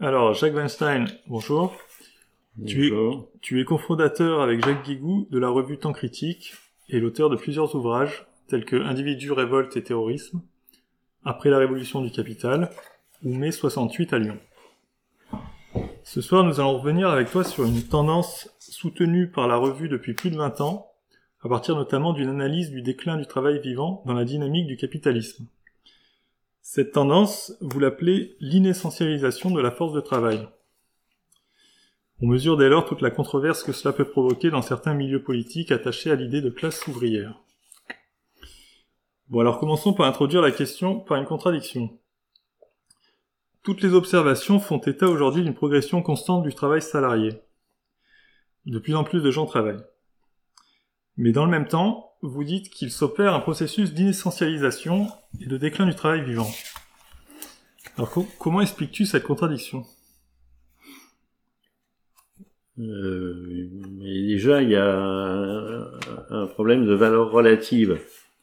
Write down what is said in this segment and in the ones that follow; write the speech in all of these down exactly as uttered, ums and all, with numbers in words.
Alors, Jacques Weinstein, bonjour. Tu es, Bonjour. tu es cofondateur avec Jacques Guigou de la revue Temps Critique et l'auteur de plusieurs ouvrages tels que Individus, révolte et terrorisme, Après la révolution du capital ou Mai soixante-huit à Lyon. Ce soir, nous allons revenir avec toi sur une tendance soutenue par la revue depuis plus de vingt ans, à partir notamment d'une analyse du déclin du travail vivant dans la dynamique du capitalisme. Cette tendance, vous l'appelez l'inessentialisation de la force de travail. On mesure dès lors toute la controverse que cela peut provoquer dans certains milieux politiques attachés à l'idée de classe ouvrière. Bon, alors commençons par introduire la question par une contradiction. Toutes les observations font état aujourd'hui d'une progression constante du travail salarié. De plus en plus de gens travaillent. Mais dans le même temps, vous dites qu'il s'opère un processus d'inessentialisation et de déclin du travail vivant. Alors co- comment expliques-tu cette contradiction ? Euh, mais déjà, il y a un, un problème de valeur relative.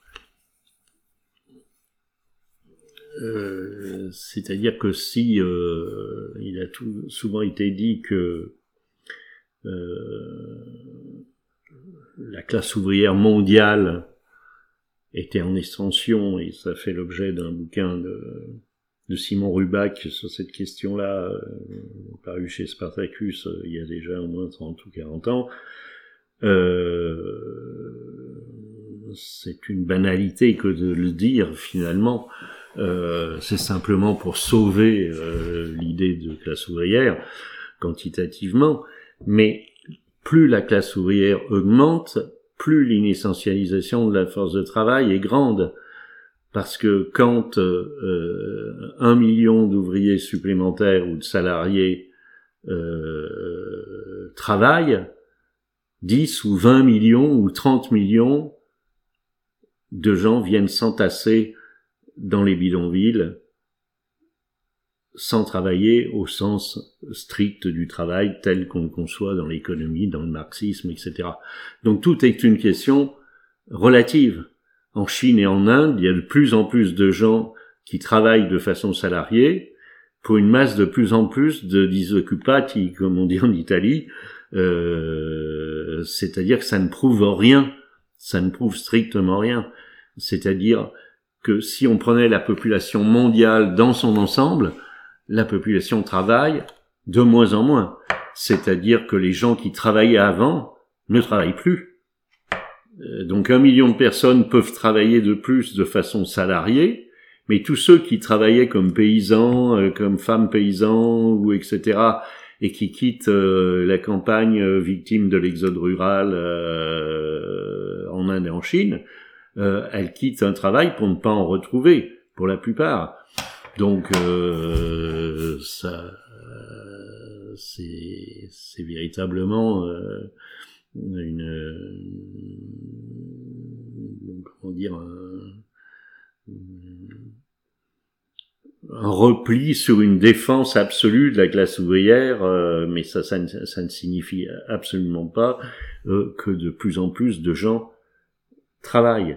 Euh, c'est-à-dire que si euh, il a tout, souvent été dit que euh, la classe ouvrière mondiale était en extension, et ça fait l'objet d'un bouquin de, de Simon Rubac sur cette question-là, euh, paru chez Spartacus euh, il y a déjà au moins trente ou quarante ans. Euh, c'est une banalité que de le dire finalement. Euh, c'est simplement pour sauver euh, l'idée de classe ouvrière quantitativement, mais plus la classe ouvrière augmente, plus l'inessentialisation de la force de travail est grande, parce que quand euh, un million d'ouvriers supplémentaires ou de salariés euh, travaillent, dix ou vingt millions ou trente millions de gens viennent s'entasser dans les bidonvilles sans travailler au sens strict du travail tel qu'on le conçoit dans l'économie, dans le marxisme, et cetera. Donc tout est une question relative. En Chine et en Inde, il y a de plus en plus de gens qui travaillent de façon salariée pour une masse de plus en plus de disoccupati, comme on dit en Italie, euh, c'est-à-dire que ça ne prouve rien, ça ne prouve strictement rien. C'est-à-dire que si on prenait la population mondiale dans son ensemble, la population travaille de moins en moins. C'est-à-dire que les gens qui travaillaient avant ne travaillent plus. Donc un million de personnes peuvent travailler de plus de façon salariée, mais tous ceux qui travaillaient comme paysans, comme femmes paysans, ou et cetera, et qui quittent euh, la campagne euh, victime de l'exode rural euh, en Inde et en Chine, euh, elles quittent un travail pour ne pas en retrouver, pour la plupart. Donc euh, ça, euh, c'est, c'est véritablement euh, une, une, comment dire, un, un repli sur une défense absolue de la classe ouvrière, euh, mais ça, ça ne, ça ne signifie absolument pas euh, que de plus en plus de gens travaillent.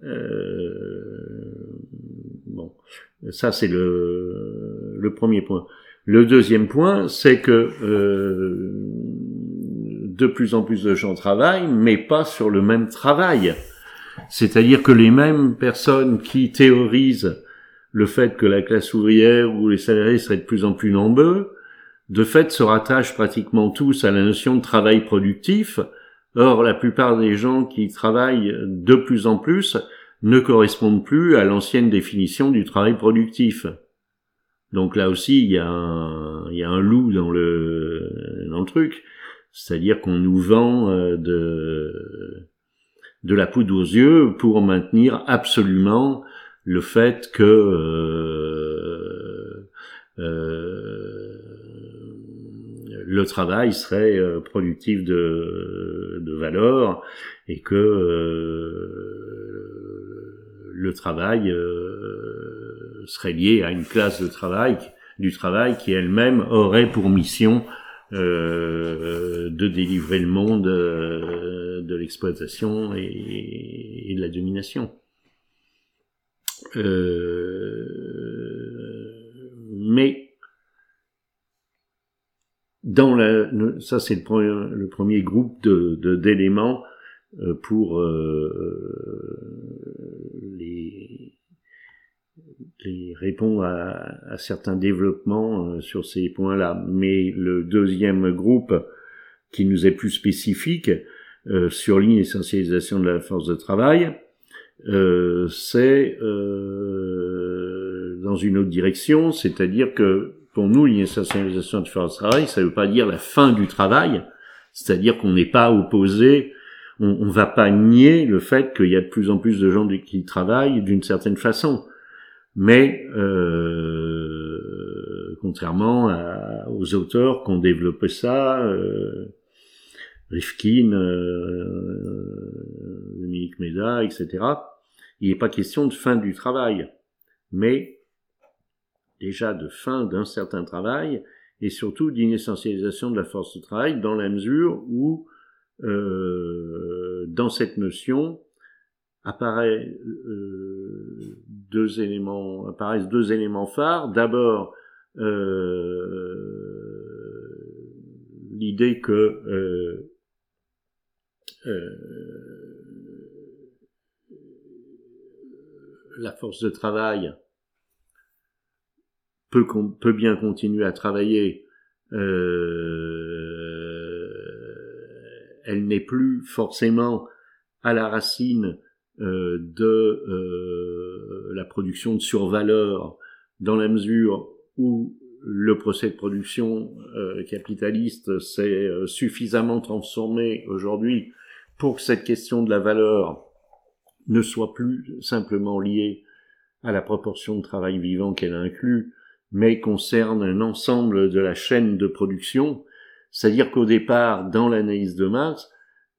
Euh, bon, ça c'est le, le premier point. Le deuxième point, c'est que euh, de plus en plus de gens travaillent, mais pas sur le même travail. C'est-à-dire que les mêmes personnes qui théorisent le fait que la classe ouvrière ou les salariés seraient de plus en plus nombreux, de fait se rattachent pratiquement tous à la notion de travail productif. Or, la plupart des gens qui travaillent de plus en plus ne correspondent plus à l'ancienne définition du travail productif. Donc là aussi, il y a un, il y a un loup dans le, dans le truc. C'est-à-dire qu'on nous vend de, de la poudre aux yeux pour maintenir absolument le fait que euh, euh, le travail serait productif de, de valeur et que euh, le travail euh, serait lié à une classe de travail, du travail qui elle-même aurait pour mission euh, de délivrer le monde euh, de l'exploitation et, et de la domination. Euh, mais dans la, ça c'est le premier, le premier groupe de, de d'éléments euh, pour euh, les, les répondre à, à certains développements euh, sur ces points-là. Mais le deuxième groupe qui nous est plus spécifique euh, sur l'inessentialisation de la force de travail, euh, c'est euh, dans une autre direction, c'est-à-dire que pour nous, l'inessentialisation de la force de travail, ça ne veut pas dire la fin du travail, c'est-à-dire qu'on n'est pas opposé, on ne va pas nier le fait qu'il y a de plus en plus de gens qui travaillent d'une certaine façon. Mais euh, contrairement à, aux auteurs qui ont développé ça, euh, Rifkin, euh, Dominique Méda, et cetera, il n'est pas question de fin du travail, mais déjà de fin d'un certain travail et surtout d'inessentialisation de la force de travail dans la mesure où euh, dans cette notion apparaît euh, deux éléments apparaissent deux éléments phares. D'abord euh, l'idée que euh, euh, la force de travail peut, peut bien continuer à travailler, euh, elle n'est plus forcément à la racine euh, de euh, la production de survaleur, dans la mesure où le procès de production euh, capitaliste s'est euh, suffisamment transformé aujourd'hui pour que cette question de la valeur ne soit plus simplement liée à la proportion de travail vivant qu'elle inclut, mais concerne un ensemble de la chaîne de production. C'est-à-dire qu'au départ, dans l'analyse de Marx,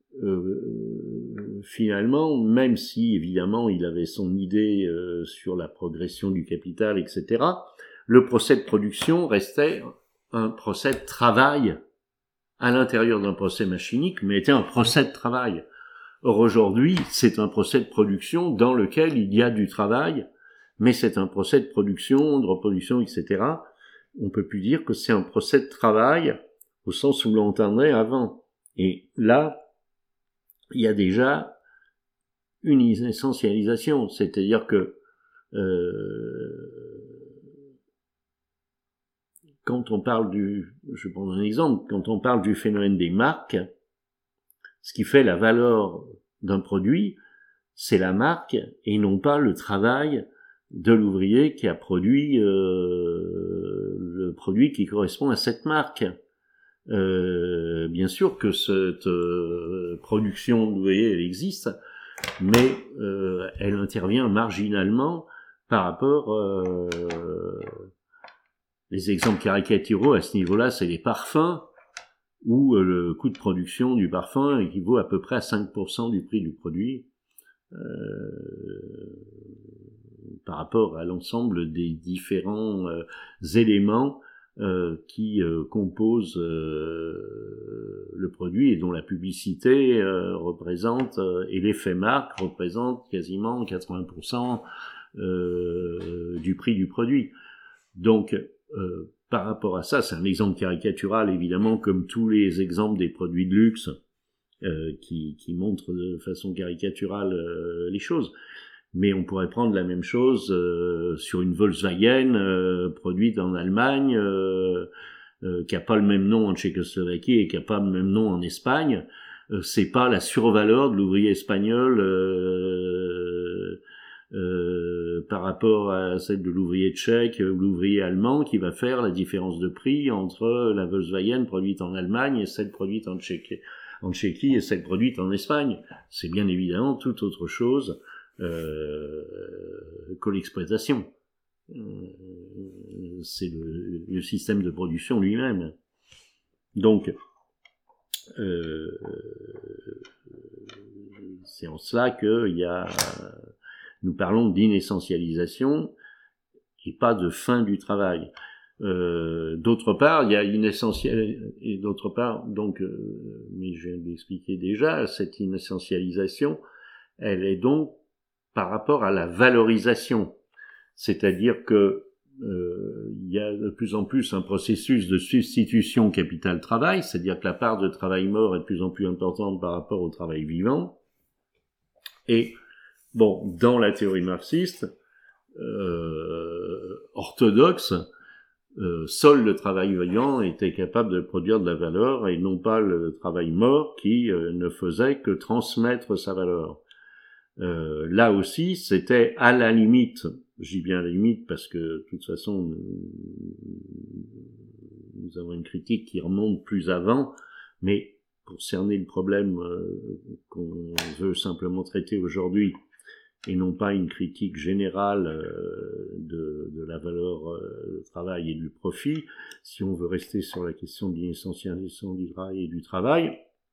euh, finalement, même si évidemment il avait son idée euh, sur la progression du capital, et cetera, le procès de production restait un procès de travail à l'intérieur d'un procès machinique, mais était un procès de travail. Or aujourd'hui, c'est un procès de production dans lequel il y a du travail, mais c'est un procès de production, de reproduction, et cetera. On peut plus dire que c'est un procès de travail au sens où l'on entendait avant. Et là, il y a déjà une essentialisation, c'est-à-dire que euh, quand on parle du, je vais prendre un exemple, quand on parle du phénomène des marques, ce qui fait la valeur d'un produit, c'est la marque et non pas le travail de l'ouvrier qui a produit euh, le produit qui correspond à cette marque. Euh, bien sûr que cette euh, production d'ouvriers, elle existe, mais euh, elle intervient marginalement par rapport euh, les exemples caricaturaux à ce niveau-là, c'est les parfums, où euh, le coût de production du parfum équivaut à peu près à cinq pour cent du prix du produit euh, par rapport à l'ensemble des différents euh, éléments euh, qui euh, composent euh, le produit et dont la publicité euh, représente euh, et l'effet marque représente quasiment quatre-vingts pour cent euh, du prix du produit. Donc euh, par rapport à ça, c'est un exemple caricatural évidemment, comme tous les exemples des produits de luxe euh, qui, qui montrent de façon caricaturale euh, les choses. Mais on pourrait prendre la même chose euh, sur une Volkswagen euh, produite en Allemagne, euh, euh, qui a pas le même nom en Tchécoslovaquie et qui a pas le même nom en Espagne. Euh, c'est pas la survaleur de l'ouvrier espagnol euh, Euh, par rapport à celle de l'ouvrier tchèque ou l'ouvrier allemand qui va faire la différence de prix entre la Volkswagen produite en Allemagne et celle produite en Tchéquie, en Tchéquie et celle produite en Espagne. C'est bien évidemment toute autre chose euh, que l'exploitation. Euh, c'est le, le système de production lui-même. Donc, euh, c'est en cela qu'il y a... Nous parlons d'inessentialisation et pas de fin du travail. Euh, d'autre part, il y a inessentiel et d'autre part, donc, euh, mais je viens d'expliquer déjà, cette inessentialisation, elle est donc par rapport à la valorisation, c'est-à-dire que euh, il il y a de plus en plus un processus de substitution capital-travail, c'est-à-dire que la part de travail mort est de plus en plus importante par rapport au travail vivant. Et, bon, dans la théorie marxiste, euh, orthodoxe, euh, seul le travail vivant était capable de produire de la valeur et non pas le travail mort qui euh, ne faisait que transmettre sa valeur. Euh, là aussi, c'était à la limite, je dis bien à la limite parce que de toute façon, nous, nous avons une critique qui remonte plus avant, mais pour cerner le problème euh, qu'on veut simplement traiter aujourd'hui, et non pas une critique générale euh, de, de la valeur euh, du travail et du profit, si on veut rester sur la question de l'inessentialisation du travail et du travail,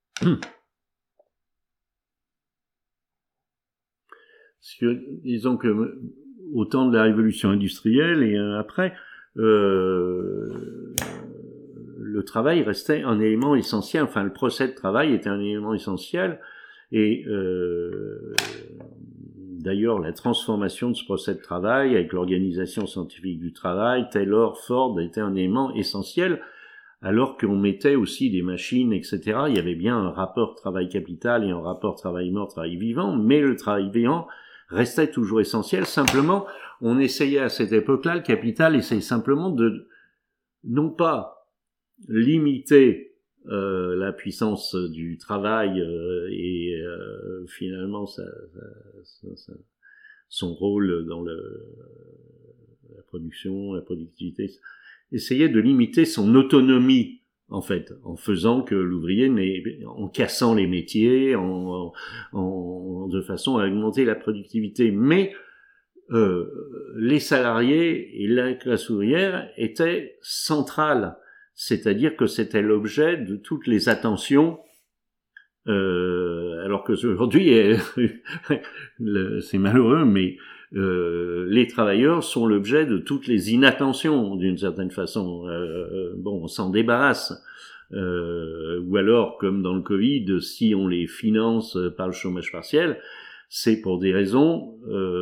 parce que, disons que au temps de la révolution industrielle et après, euh, le travail restait un élément essentiel, enfin le procès de travail était un élément essentiel, et euh, d'ailleurs la transformation de ce procès de travail avec l'organisation scientifique du travail, Taylor, Ford, était un élément essentiel, alors qu'on mettait aussi des machines, et cetera. Il y avait bien un rapport travail-capital et un rapport travail-mort, travail-vivant, mais le travail vivant restait toujours essentiel. Simplement, on essayait à cette époque-là, le capital essayait simplement de, non pas limiter euh, la puissance du travail euh, et euh, finalement sa, sa, sa, son rôle dans le, la production, la productivité, essayait de limiter son autonomie, en fait, en faisant que l'ouvrier n'est, en cassant les métiers, en, en, de façon à augmenter la productivité. Mais euh, les salariés et la classe ouvrière étaient centrales, c'est-à-dire que c'était l'objet de toutes les attentions. Euh, alors que aujourd'hui, c'est malheureux, mais euh, les travailleurs sont l'objet de toutes les inattentions, d'une certaine façon. Euh, bon, on s'en débarrasse. Euh, ou alors, comme dans le Covid, si on les finance par le chômage partiel, c'est pour des raisons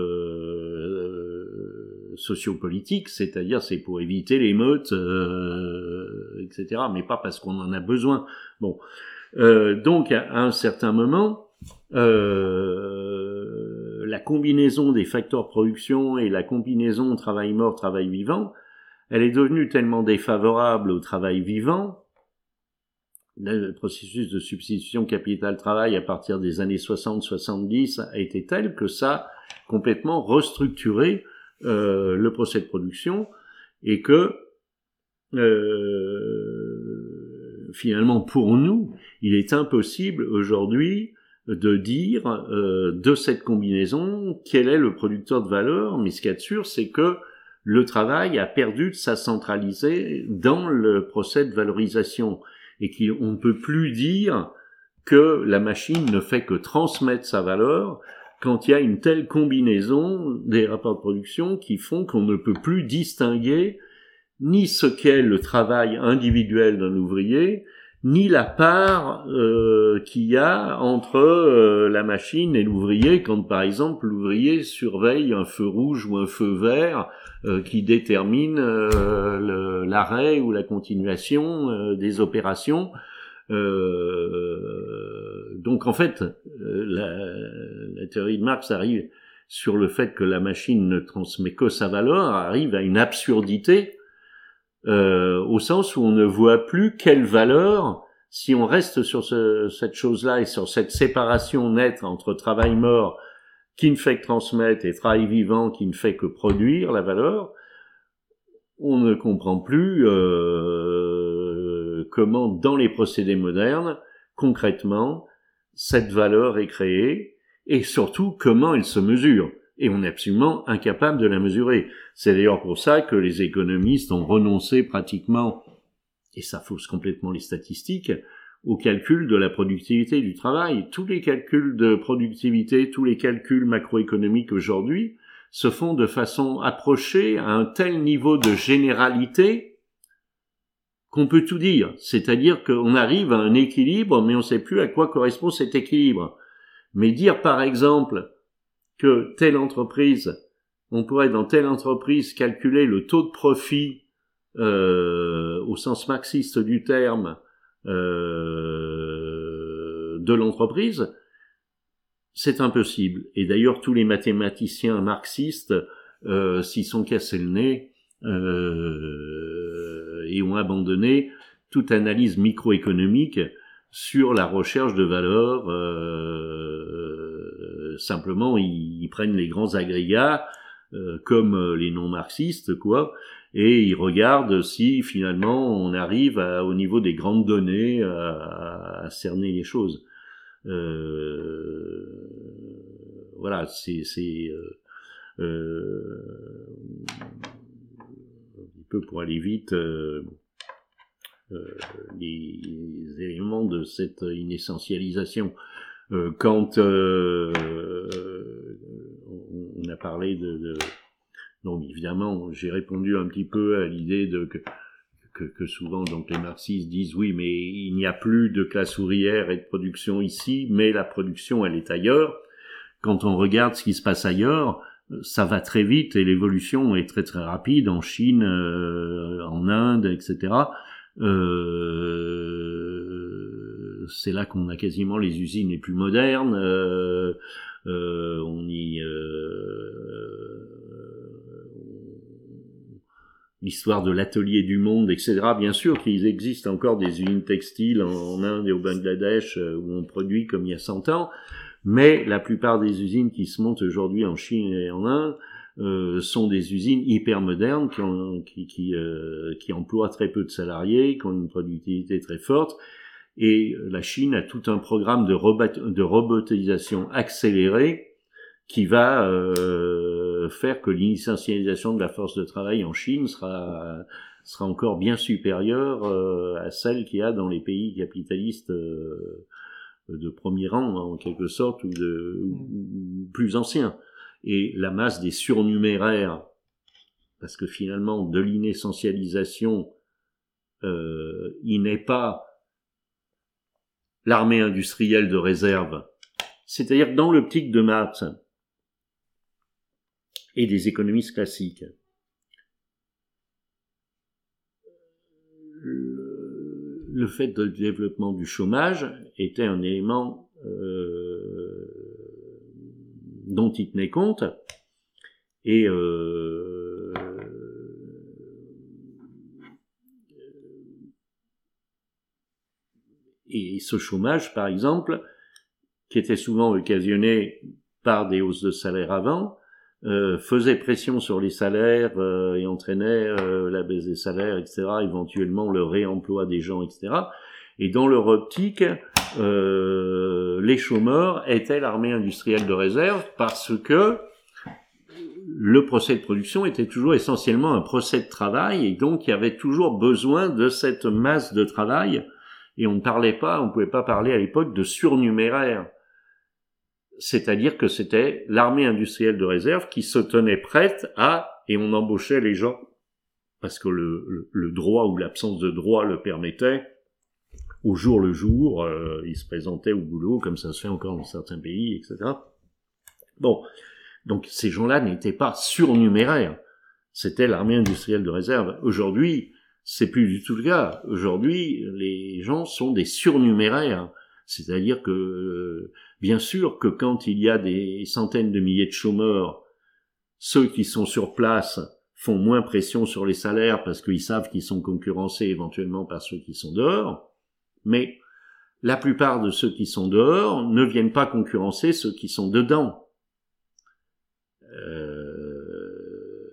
euh, sociopolitiques, c'est-à-dire c'est pour éviter l'émeute, euh, et cetera, mais pas parce qu'on en a besoin. Bon. Euh, donc, à un certain moment, euh, la combinaison des facteurs de production et la combinaison travail-mort, travail-vivant, elle est devenue tellement défavorable au travail vivant. Le processus de substitution capital-travail à partir des années soixante soixante-dix a été tel que ça a complètement restructuré euh, le procès de production et que euh, finalement pour nous, il est impossible aujourd'hui de dire euh, de cette combinaison quel est le producteur de valeur, mais ce qu'il y a de sûr, c'est que le travail a perdu de sa centralité dans le procès de valorisation et qu'on ne peut plus dire que la machine ne fait que transmettre sa valeur quand il y a une telle combinaison des rapports de production qui font qu'on ne peut plus distinguer ni ce qu'est le travail individuel d'un ouvrier, ni la part euh, qu'il y a entre euh, la machine et l'ouvrier quand, par exemple, l'ouvrier surveille un feu rouge ou un feu vert euh, qui détermine euh, le, l'arrêt ou la continuation euh, des opérations. Euh, donc, en fait, la, la théorie de Marx arrive sur le fait que la machine ne transmet que sa valeur, arrive à une absurdité, Euh, au sens où on ne voit plus quelle valeur, si on reste sur ce, cette chose-là et sur cette séparation nette entre travail mort qui ne fait que transmettre et travail vivant qui ne fait que produire la valeur, on ne comprend plus euh, comment dans les procédés modernes, concrètement, cette valeur est créée et surtout comment elle se mesure. Et on est absolument incapable de la mesurer. C'est d'ailleurs pour ça que les économistes ont renoncé pratiquement, et ça fausse complètement les statistiques, au calcul de la productivité du travail. Tous les calculs de productivité, tous les calculs macroéconomiques aujourd'hui se font de façon approchée à un tel niveau de généralité qu'on peut tout dire. C'est-à-dire qu'on arrive à un équilibre, mais on ne sait plus à quoi correspond cet équilibre. Mais dire par exemple que telle entreprise, on pourrait dans telle entreprise calculer le taux de profit euh, au sens marxiste du terme, euh, de l'entreprise, c'est impossible. Et d'ailleurs, tous les mathématiciens marxistes euh, s'y sont cassés le nez euh, et ont abandonné toute analyse microéconomique sur la recherche de valeur. Euh, simplement, ils, ils prennent les grands agrégats euh, comme les non-marxistes, quoi, et ils regardent si finalement on arrive à, au niveau des grandes données à, à cerner les choses. Euh, voilà, c'est, c'est euh, euh, un petit peu pour aller vite, euh, euh, les, les éléments de cette inessentialisation. Euh, quand euh, on a parlé de, de donc évidemment, j'ai répondu un petit peu à l'idée de que Que, que souvent donc les marxistes disent oui, mais il n'y a plus de classe ouvrière et de production ici, mais la production elle est ailleurs. Quand on regarde ce qui se passe ailleurs, ça va très vite et l'évolution est très très rapide en Chine, euh, en Inde, et cetera. Euh, c'est là qu'on a quasiment les usines les plus modernes. Euh, euh, on y euh, l'histoire de l'atelier du monde, et cetera. Bien sûr qu'il existe encore des usines textiles en, en Inde et au Bangladesh euh, où on produit comme il y a cent ans, mais la plupart des usines qui se montent aujourd'hui en Chine et en Inde euh, sont des usines hyper modernes qui, ont, qui, qui, euh, qui emploient très peu de salariés, qui ont une productivité très forte, et la Chine a tout un programme de, robot, de robotisation accélérée qui va euh, faire que l'initialisation de la force de travail en Chine sera sera encore bien supérieure euh, à celle qu'il y a dans les pays capitalistes euh, de premier rang, en quelque sorte, ou, de, ou, ou plus anciens. Et la masse des surnuméraires, parce que finalement, de l'inessentialisation, euh, il n'est pas l'armée industrielle de réserve. C'est-à-dire que dans l'optique de Marx et des économistes classiques, le, le fait de développement du chômage était un élément euh, dont il tenait compte, et euh, et ce chômage, par exemple, qui était souvent occasionné par des hausses de salaire avant, euh, faisait pression sur les salaires euh, et entraînait euh, la baisse des salaires, et cetera, éventuellement le réemploi des gens, et cetera. Et dans leur optique, euh, les chômeurs étaient l'armée industrielle de réserve parce que le procès de production était toujours essentiellement un procès de travail, et donc il y avait toujours besoin de cette masse de travail, et on ne parlait pas, on ne pouvait pas parler à l'époque de surnuméraire. C'est-à-dire que c'était l'armée industrielle de réserve qui se tenait prête à, et on embauchait les gens, parce que le, le, le droit ou l'absence de droit le permettait, au jour le jour, euh, ils se présentaient au boulot, comme ça se fait encore dans certains pays, et cetera. Bon, donc ces gens-là n'étaient pas surnuméraires, c'était l'armée industrielle de réserve. Aujourd'hui, c'est plus du tout le cas. Aujourd'hui, les gens sont des surnuméraires. C'est-à-dire que, euh, bien sûr que quand il y a des centaines de milliers de chômeurs, ceux qui sont sur place font moins pression sur les salaires parce qu'ils savent qu'ils sont concurrencés éventuellement par ceux qui sont dehors, mais la plupart de ceux qui sont dehors ne viennent pas concurrencer ceux qui sont dedans. Euh,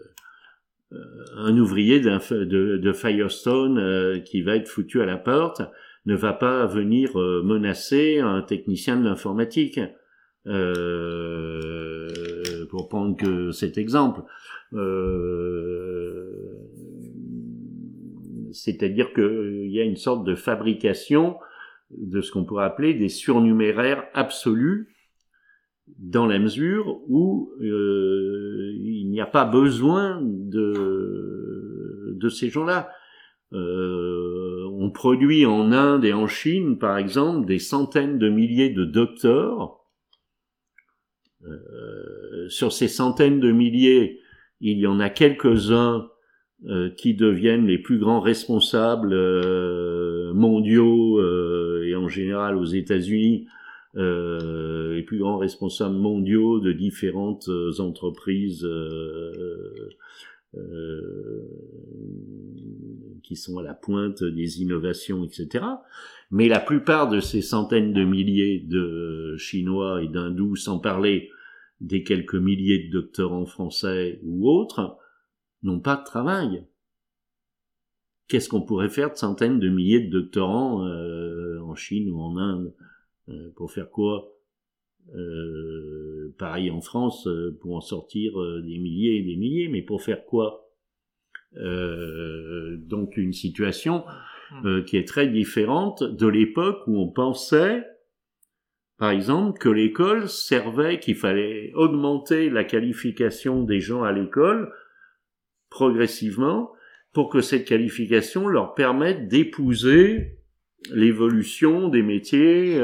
un ouvrier d'un, de, de Firestone euh, qui va être foutu à la porte ne va pas venir euh, menacer un technicien de l'informatique, euh, pour prendre que cet exemple. Euh, c'est-à-dire qu'il y a une sorte de fabrication de ce qu'on pourrait appeler des surnuméraires absolus, dans la mesure où euh, il n'y a pas besoin de, de ces gens-là. Euh, on produit en Inde et en Chine, par exemple, des centaines de milliers de docteurs. Euh, sur ces centaines de milliers, il y en a quelques-uns euh, qui deviennent les plus grands responsables euh, mondiaux euh, et en général aux États-Unis, euh, les plus grands responsables mondiaux de différentes entreprises euh, euh, qui sont à la pointe des innovations, et cetera. Mais la plupart de ces centaines de milliers de Chinois et d'Hindous, sans parler des quelques milliers de doctorants français ou autres, n'ont pas de travail. Qu'est-ce qu'on pourrait faire de centaines de milliers de doctorants euh, en Chine ou en Inde euh, pour faire quoi? Euh, pareil en France, euh, pour en sortir euh, des milliers et des milliers, mais pour faire quoi? euh, Donc une situation euh, qui est très différente de l'époque où on pensait, par exemple, que l'école servait, qu'il fallait augmenter la qualification des gens à l'école progressivement pour que cette qualification leur permette d'épouser l'évolution des métiers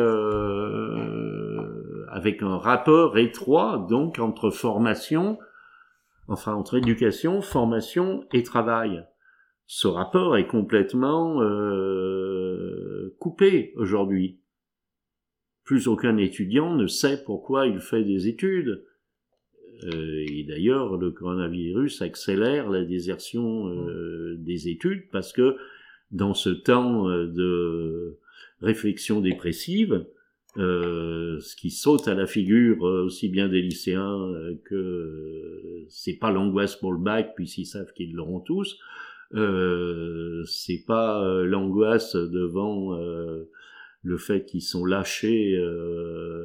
euh, avec un rapport étroit donc entre formation, enfin entre éducation, formation et travail. Ce rapport est complètement euh, coupé aujourd'hui. Plus aucun étudiant ne sait pourquoi il fait des études. Euh, et d'ailleurs, le coronavirus accélère la désertion euh, des études parce que dans ce temps de réflexion dépressive, euh, ce qui saute à la figure aussi bien des lycéens que c'est pas l'angoisse pour le bac puisqu'ils savent qu'ils l'auront tous, euh, c'est pas l'angoisse devant euh, le fait qu'ils sont lâchés euh,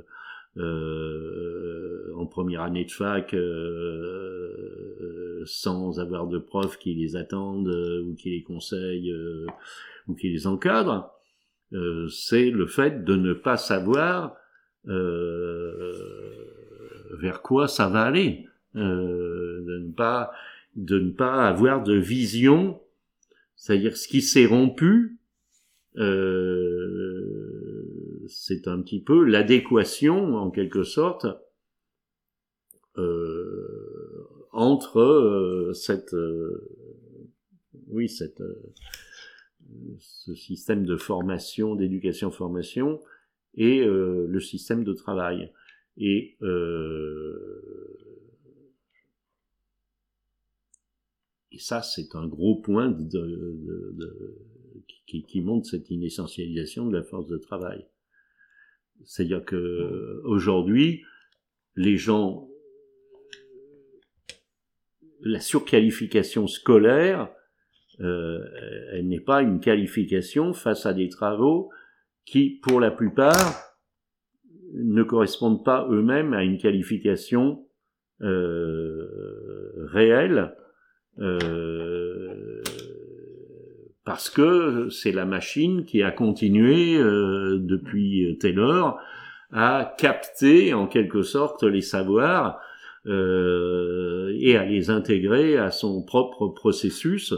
euh, en première année de fac euh, sans avoir de profs qui les attendent euh, ou qui les conseillent euh, ou qui les encadrent, euh, c'est le fait de ne pas savoir euh, vers quoi ça va aller, euh, de ne pas de ne pas avoir de vision, c'est-à-dire ce qui s'est rompu, euh, c'est un petit peu l'adéquation en quelque sorte euh, entre euh, cette euh, oui cette euh, ce système de formation, d'éducation-formation et euh, le système de travail. Et euh, et ça, c'est un gros point de, de, de, qui, qui montre cette inessentialisation de la force de travail. C'est-à-dire que aujourd'hui, les gens, la surqualification scolaire, euh, elle n'est pas une qualification face à des travaux qui, pour la plupart, ne correspondent pas eux-mêmes à une qualification euh, réelle, euh, parce que c'est la machine qui a continué euh, depuis telle heure à capter en quelque sorte les savoirs euh, et à les intégrer à son propre processus,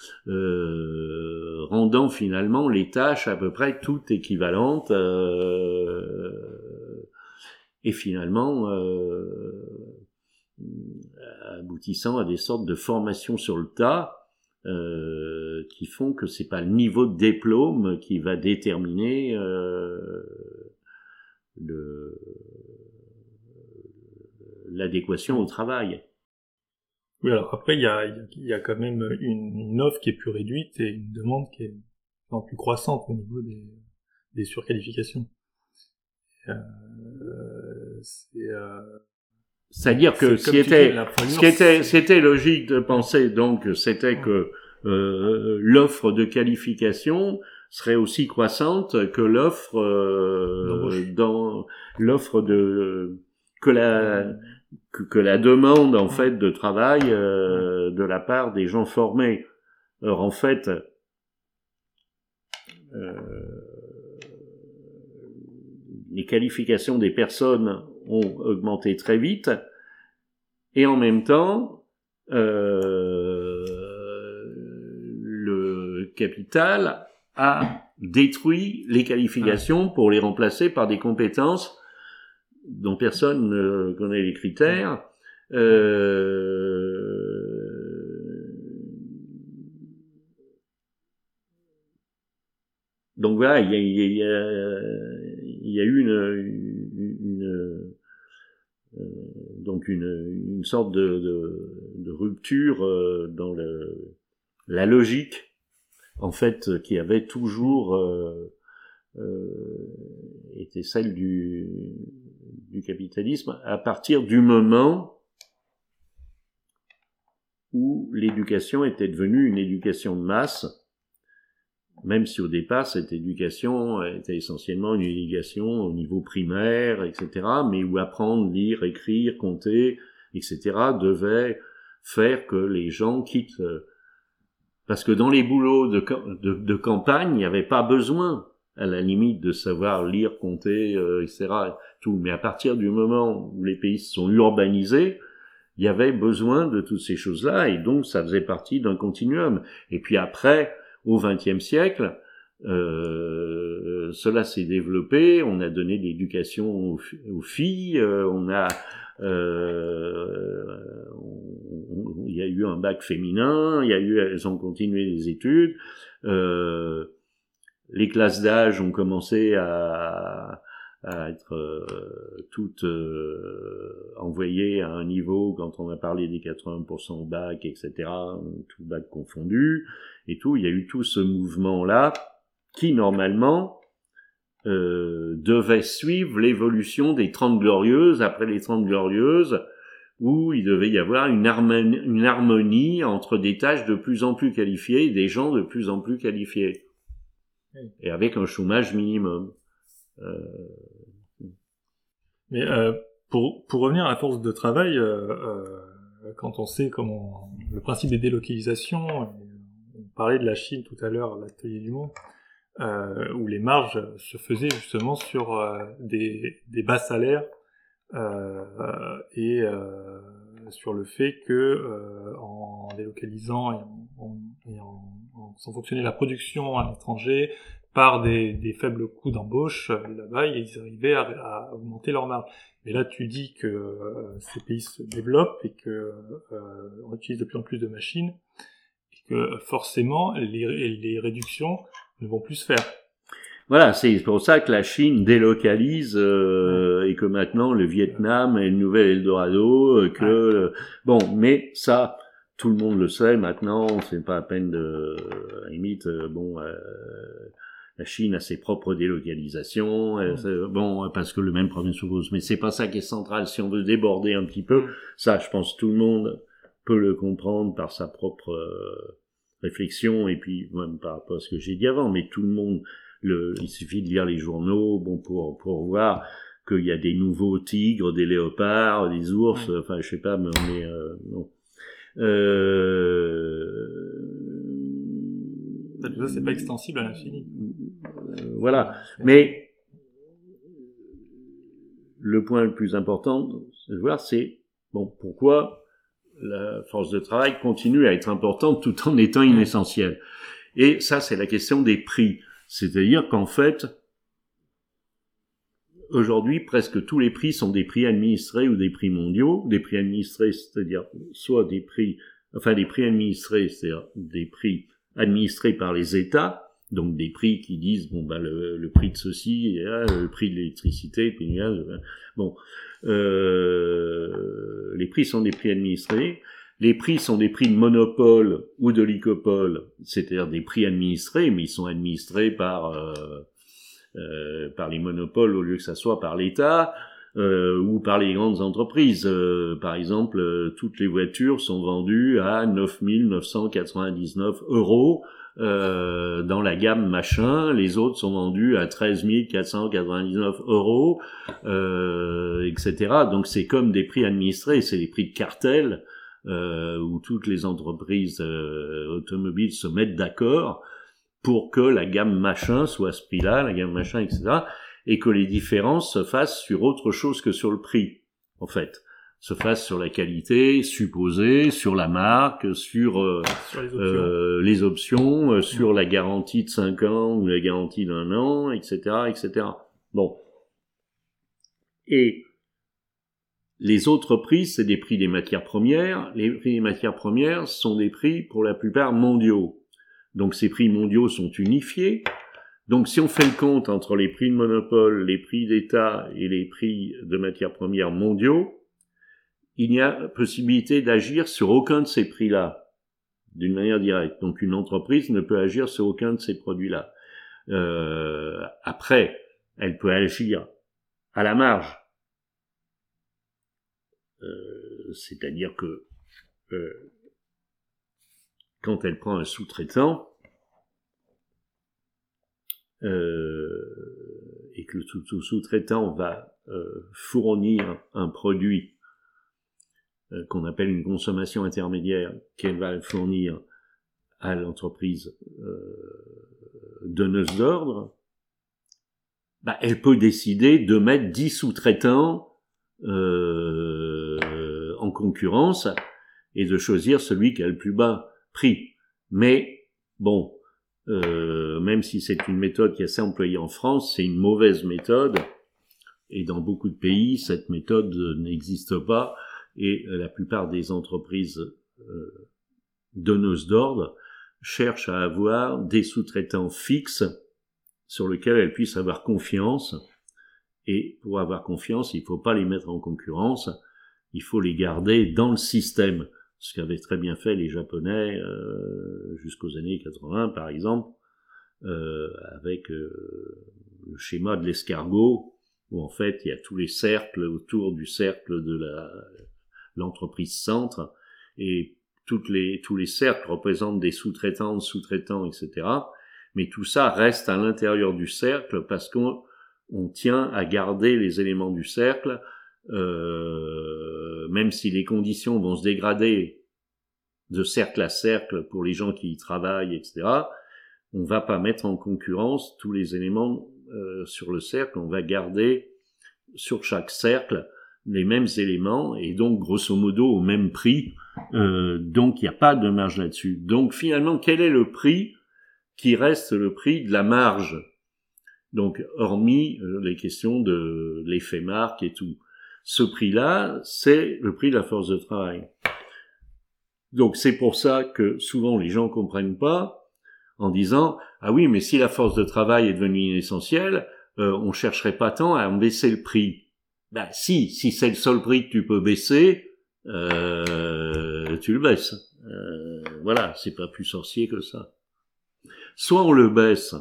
euh, rendant finalement les tâches à peu près toutes équivalentes euh, et finalement euh, aboutissant à des sortes de formations sur le tas euh, qui font que c'est pas le niveau de diplôme qui va déterminer euh, le, l'adéquation au travail. Oui, alors après, il y a, il y a quand même une, une offre qui est plus réduite et une demande qui est en plus croissante au niveau des, des surqualifications. Euh, c'est, euh, C'est-à-dire que ce qui était, ce qui était, c'était logique de penser, donc, c'était que euh, l'offre de qualification serait aussi croissante que l'offre euh, dans l'offre de que la que, que la demande en fait de travail euh, de la part des gens formés. Or en fait, euh, les qualifications des personnes ont augmenté très vite et en même temps euh, le capital a détruit les qualifications pour les remplacer par des compétences dont personne ne connaît les critères, euh, donc voilà, il y a, il y a, il y a eu une, une, une euh, donc une, une sorte de, de, de rupture euh, dans le, la logique, en fait, qui avait toujours euh, euh, été celle du, du capitalisme, à partir du moment où l'éducation était devenue une éducation de masse, même si au départ cette éducation était essentiellement une éducation au niveau primaire, et cetera, mais où apprendre, lire, écrire, compter, et cetera, devait faire que les gens quittent. Parce que dans les boulots de, de, de campagne, il n'y avait pas besoin, à la limite, de savoir lire, compter, euh, et cetera, tout. Mais à partir du moment où les pays se sont urbanisés, il y avait besoin de toutes ces choses-là, et donc ça faisait partie d'un continuum. Et puis après, au vingtième siècle, euh, cela s'est développé, on a donné de l'éducation aux, aux filles, euh, on a... Euh, on, on, il y a eu un bac féminin, il y a eu, elles ont continué les études, euh, les classes d'âge ont commencé à... à être euh, toutes euh, envoyées à un niveau, quand on a parlé des quatre-vingts pour cent au bac, et cetera, tout bac confondu, et tout, il y a eu tout ce mouvement-là, qui normalement euh, devait suivre l'évolution des Trente Glorieuses, après les Trente Glorieuses, où il devait y avoir une harmonie, une harmonie entre des tâches de plus en plus qualifiées et des gens de plus en plus qualifiés, et avec un chômage minimum. Euh, Mais euh, pour pour revenir à la force de travail, euh, euh, quand on sait comment le principe des délocalisations, on parlait de la Chine tout à l'heure, l'atelier du monde, euh, où les marges se faisaient justement sur euh, des des bas salaires euh, et euh, sur le fait que euh, en délocalisant et en, en, et en, en faisant fonctionner la production à l'étranger par des, des faibles coûts d'embauche, là-bas, ils arrivaient à, à augmenter leur marge. Mais là, tu dis que euh, ces pays se développent et que euh, on utilise de plus en plus de machines et que forcément, les, les réductions ne vont plus se faire. Voilà, c'est pour ça que la Chine délocalise euh, ouais. Et que maintenant le Vietnam est le nouvel Eldorado, euh, que ouais. euh, bon, mais ça, tout le monde le sait maintenant, c'est pas à peine de, à la limite, euh, bon. Euh, La Chine a ses propres délocalisations, mmh. bon, parce que le même problème se pose. Mais c'est pas ça qui est central. Si on veut déborder un petit peu, ça, je pense, tout le monde peut le comprendre par sa propre euh, réflexion, et puis même par rapport à ce que j'ai dit avant. Mais tout le monde, le, il suffit de lire les journaux, bon, pour pour voir qu'il y a des nouveaux tigres, des léopards, des ours. Mmh. Enfin, je sais pas, mais on est euh, non. Euh, Ça, c'est pas extensible à l'infini. Euh, voilà. Mais le point le plus important de voir, c'est bon, pourquoi la force de travail continue à être importante tout en étant inessentielle. Et ça, c'est la question des prix. C'est-à-dire qu'en fait, aujourd'hui, presque tous les prix sont des prix administrés ou des prix mondiaux. Des prix administrés, c'est-à-dire soit des prix, enfin des prix administrés, c'est-à-dire des prix administrés par les États, donc des prix qui disent bon bah le, le prix de ceci, là, le prix de l'électricité, puis là, bon euh, les prix sont des prix administrés. Les prix sont des prix de monopole ou d'oligopole, c'est-à-dire des prix administrés, mais ils sont administrés par euh, euh, par les monopoles au lieu que ça soit par l'État. Euh, ou par les grandes entreprises. Euh, par exemple, euh, toutes les voitures sont vendues à neuf mille neuf cent quatre-vingt-dix-neuf euros euh, dans la gamme machin. Les autres sont vendues à treize mille quatre cent quatre-vingt-dix-neuf euros, euh, et cetera. Donc c'est comme des prix administrés, c'est des prix de cartel euh, où toutes les entreprises euh, automobiles se mettent d'accord pour que la gamme machin soit à ce prix-là, la gamme machin, et cetera, et que les différences se fassent sur autre chose que sur le prix, en fait. Se fassent sur la qualité supposée, sur la marque, sur, euh, sur les options, euh, les options euh, sur mmh. la garantie de cinq ans ou la garantie d'un an, et cetera, et cetera. Bon. Et les autres prix, c'est des prix des matières premières. Les prix des matières premières sont des prix, pour la plupart, mondiaux. Donc ces prix mondiaux sont unifiés. Donc si on fait le compte entre les prix de monopole, les prix d'État et les prix de matières premières mondiaux, il n'y a possibilité d'agir sur aucun de ces prix-là, d'une manière directe. Donc une entreprise ne peut agir sur aucun de ces produits-là. Euh, après, elle peut agir à la marge. Euh, c'est-à-dire que euh, quand elle prend un sous-traitant, euh, et que le sous-traitant va euh, fournir un produit euh, qu'on appelle une consommation intermédiaire, qu'elle va fournir à l'entreprise euh, donneuse d'ordre, bah, elle peut décider de mettre dix sous-traitants euh, en concurrence et de choisir celui qui a le plus bas prix. Mais bon, euh, même si c'est une méthode qui est assez employée en France, c'est une mauvaise méthode, et dans beaucoup de pays, cette méthode n'existe pas, et la plupart des entreprises euh, donneuses d'ordre cherchent à avoir des sous-traitants fixes sur lesquels elles puissent avoir confiance, et pour avoir confiance, il ne faut pas les mettre en concurrence, il faut les garder dans le système, ce qu'avaient très bien fait les Japonais euh, jusqu'aux années quatre-vingts par exemple, euh, avec euh, le schéma de l'escargot, où en fait il y a tous les cercles autour du cercle de la, l'entreprise centre, et toutes les, tous les cercles représentent des sous-traitants, sous-traitants, et cetera. Mais tout ça reste à l'intérieur du cercle parce qu'on on tient à garder les éléments du cercle, euh, même si les conditions vont se dégrader de cercle à cercle pour les gens qui y travaillent, et cetera. On va pas mettre en concurrence tous les éléments euh, sur le cercle, on va garder sur chaque cercle les mêmes éléments, et donc grosso modo au même prix, euh, donc il n'y a pas de marge là-dessus. Donc finalement, quel est le prix qui reste le prix de la marge? Donc hormis euh, les questions de l'effet marque et tout, ce prix-là, c'est le prix de la force de travail. Donc c'est pour ça que souvent les gens comprennent pas, en disant « Ah oui, mais si la force de travail est devenue essentielle, euh, on chercherait pas tant à en baisser le prix. » Ben si, si c'est le seul prix que tu peux baisser, euh, tu le baisses. Euh, voilà, c'est pas plus sorcier que ça. Soit on le baisse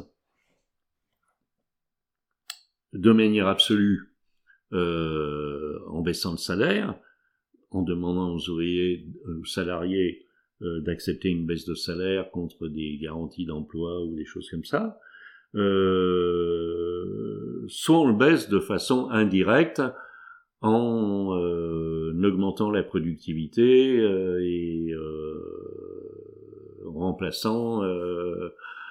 de manière absolue euh, en baissant le salaire, en demandant aux ouvriers, aux salariés euh, d'accepter une baisse de salaire contre des garanties d'emploi ou des choses comme ça, euh, soit on le baisse de façon indirecte en euh, augmentant la productivité euh, et euh, en remplaçant, euh,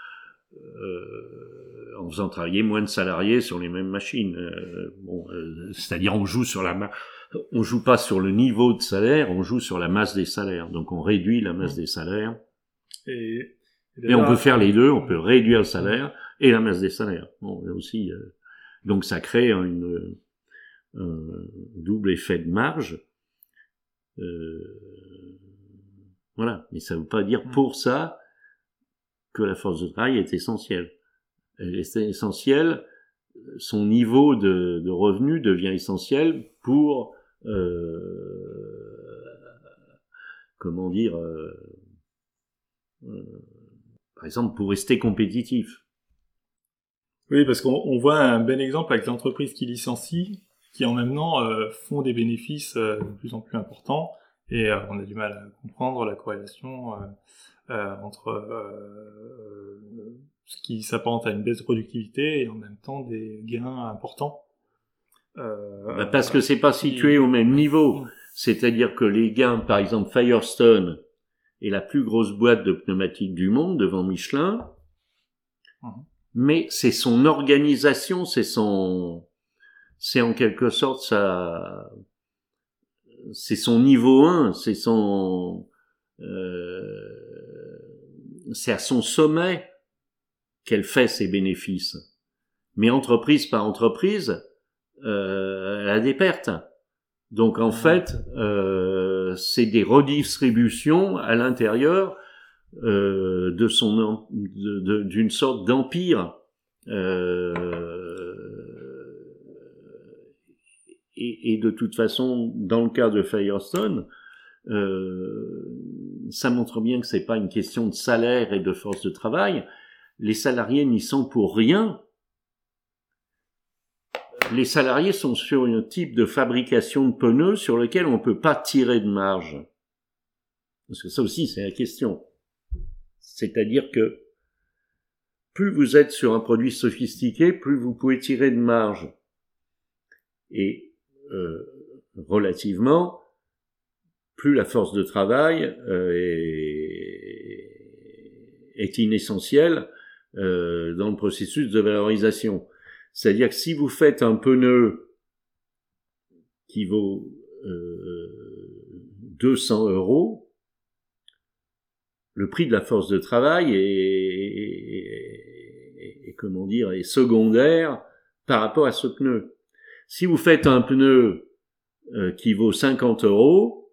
euh, en faisant travailler moins de salariés sur les mêmes machines. Euh, bon, euh, c'est-à-dire on joue sur la ma- on joue pas sur le niveau de salaire, on joue sur la masse des salaires. Donc on réduit la masse des salaires. Et, et, et on peut faire les deux, on peut réduire le salaire et la masse des salaires. Bon, là aussi, euh, donc ça crée une un double effet de marge. Euh, voilà, mais ça ne veut pas dire pour ça que la force de travail est essentielle. Elle est essentielle, son niveau de, de revenu devient essentiel pour, euh, comment dire, euh, euh, par exemple, pour rester compétitif. Oui, parce qu'on on voit un bon exemple avec l'entreprise qui licencie, qui en même temps euh, font des bénéfices euh, de plus en plus importants, et euh, on a du mal à comprendre la corrélation euh, euh, entre euh, ce qui s'apparente à une baisse de productivité et en même temps des gains importants. Euh, bah parce que c'est pas situé au même niveau. C'est-à-dire que les gains, par exemple, Firestone est la plus grosse boîte de pneumatiques du monde devant Michelin, mmh. mais c'est son organisation, c'est son, c'est en quelque sorte sa, c'est son niveau un, c'est son, euh, c'est à son sommet qu'elle fait ses bénéfices. Mais entreprise par entreprise, euh, elle a des pertes. Donc en fait, euh, c'est des redistributions à l'intérieur euh, de son de, de, d'une sorte d'empire Euh, et, et de toute façon, dans le cas de Firestone, euh, ça montre bien que c'est pas une question de salaire et de force de travail. Les salariés n'y sont pour rien. Les salariés sont sur un type de fabrication de pneus sur lequel on peut pas tirer de marge. Parce que ça aussi, c'est la question. C'est-à-dire que plus vous êtes sur un produit sophistiqué, plus vous pouvez tirer de marge. Et euh, relativement, plus la force de travail euh, est, est inessentielle euh, dans le processus de valorisation. C'est-à-dire que si vous faites un pneu qui vaut euh, deux cents euros, le prix de la force de travail est, est, est, comment dire, est secondaire par rapport à ce pneu. Si vous faites un pneu euh, qui vaut cinquante euros,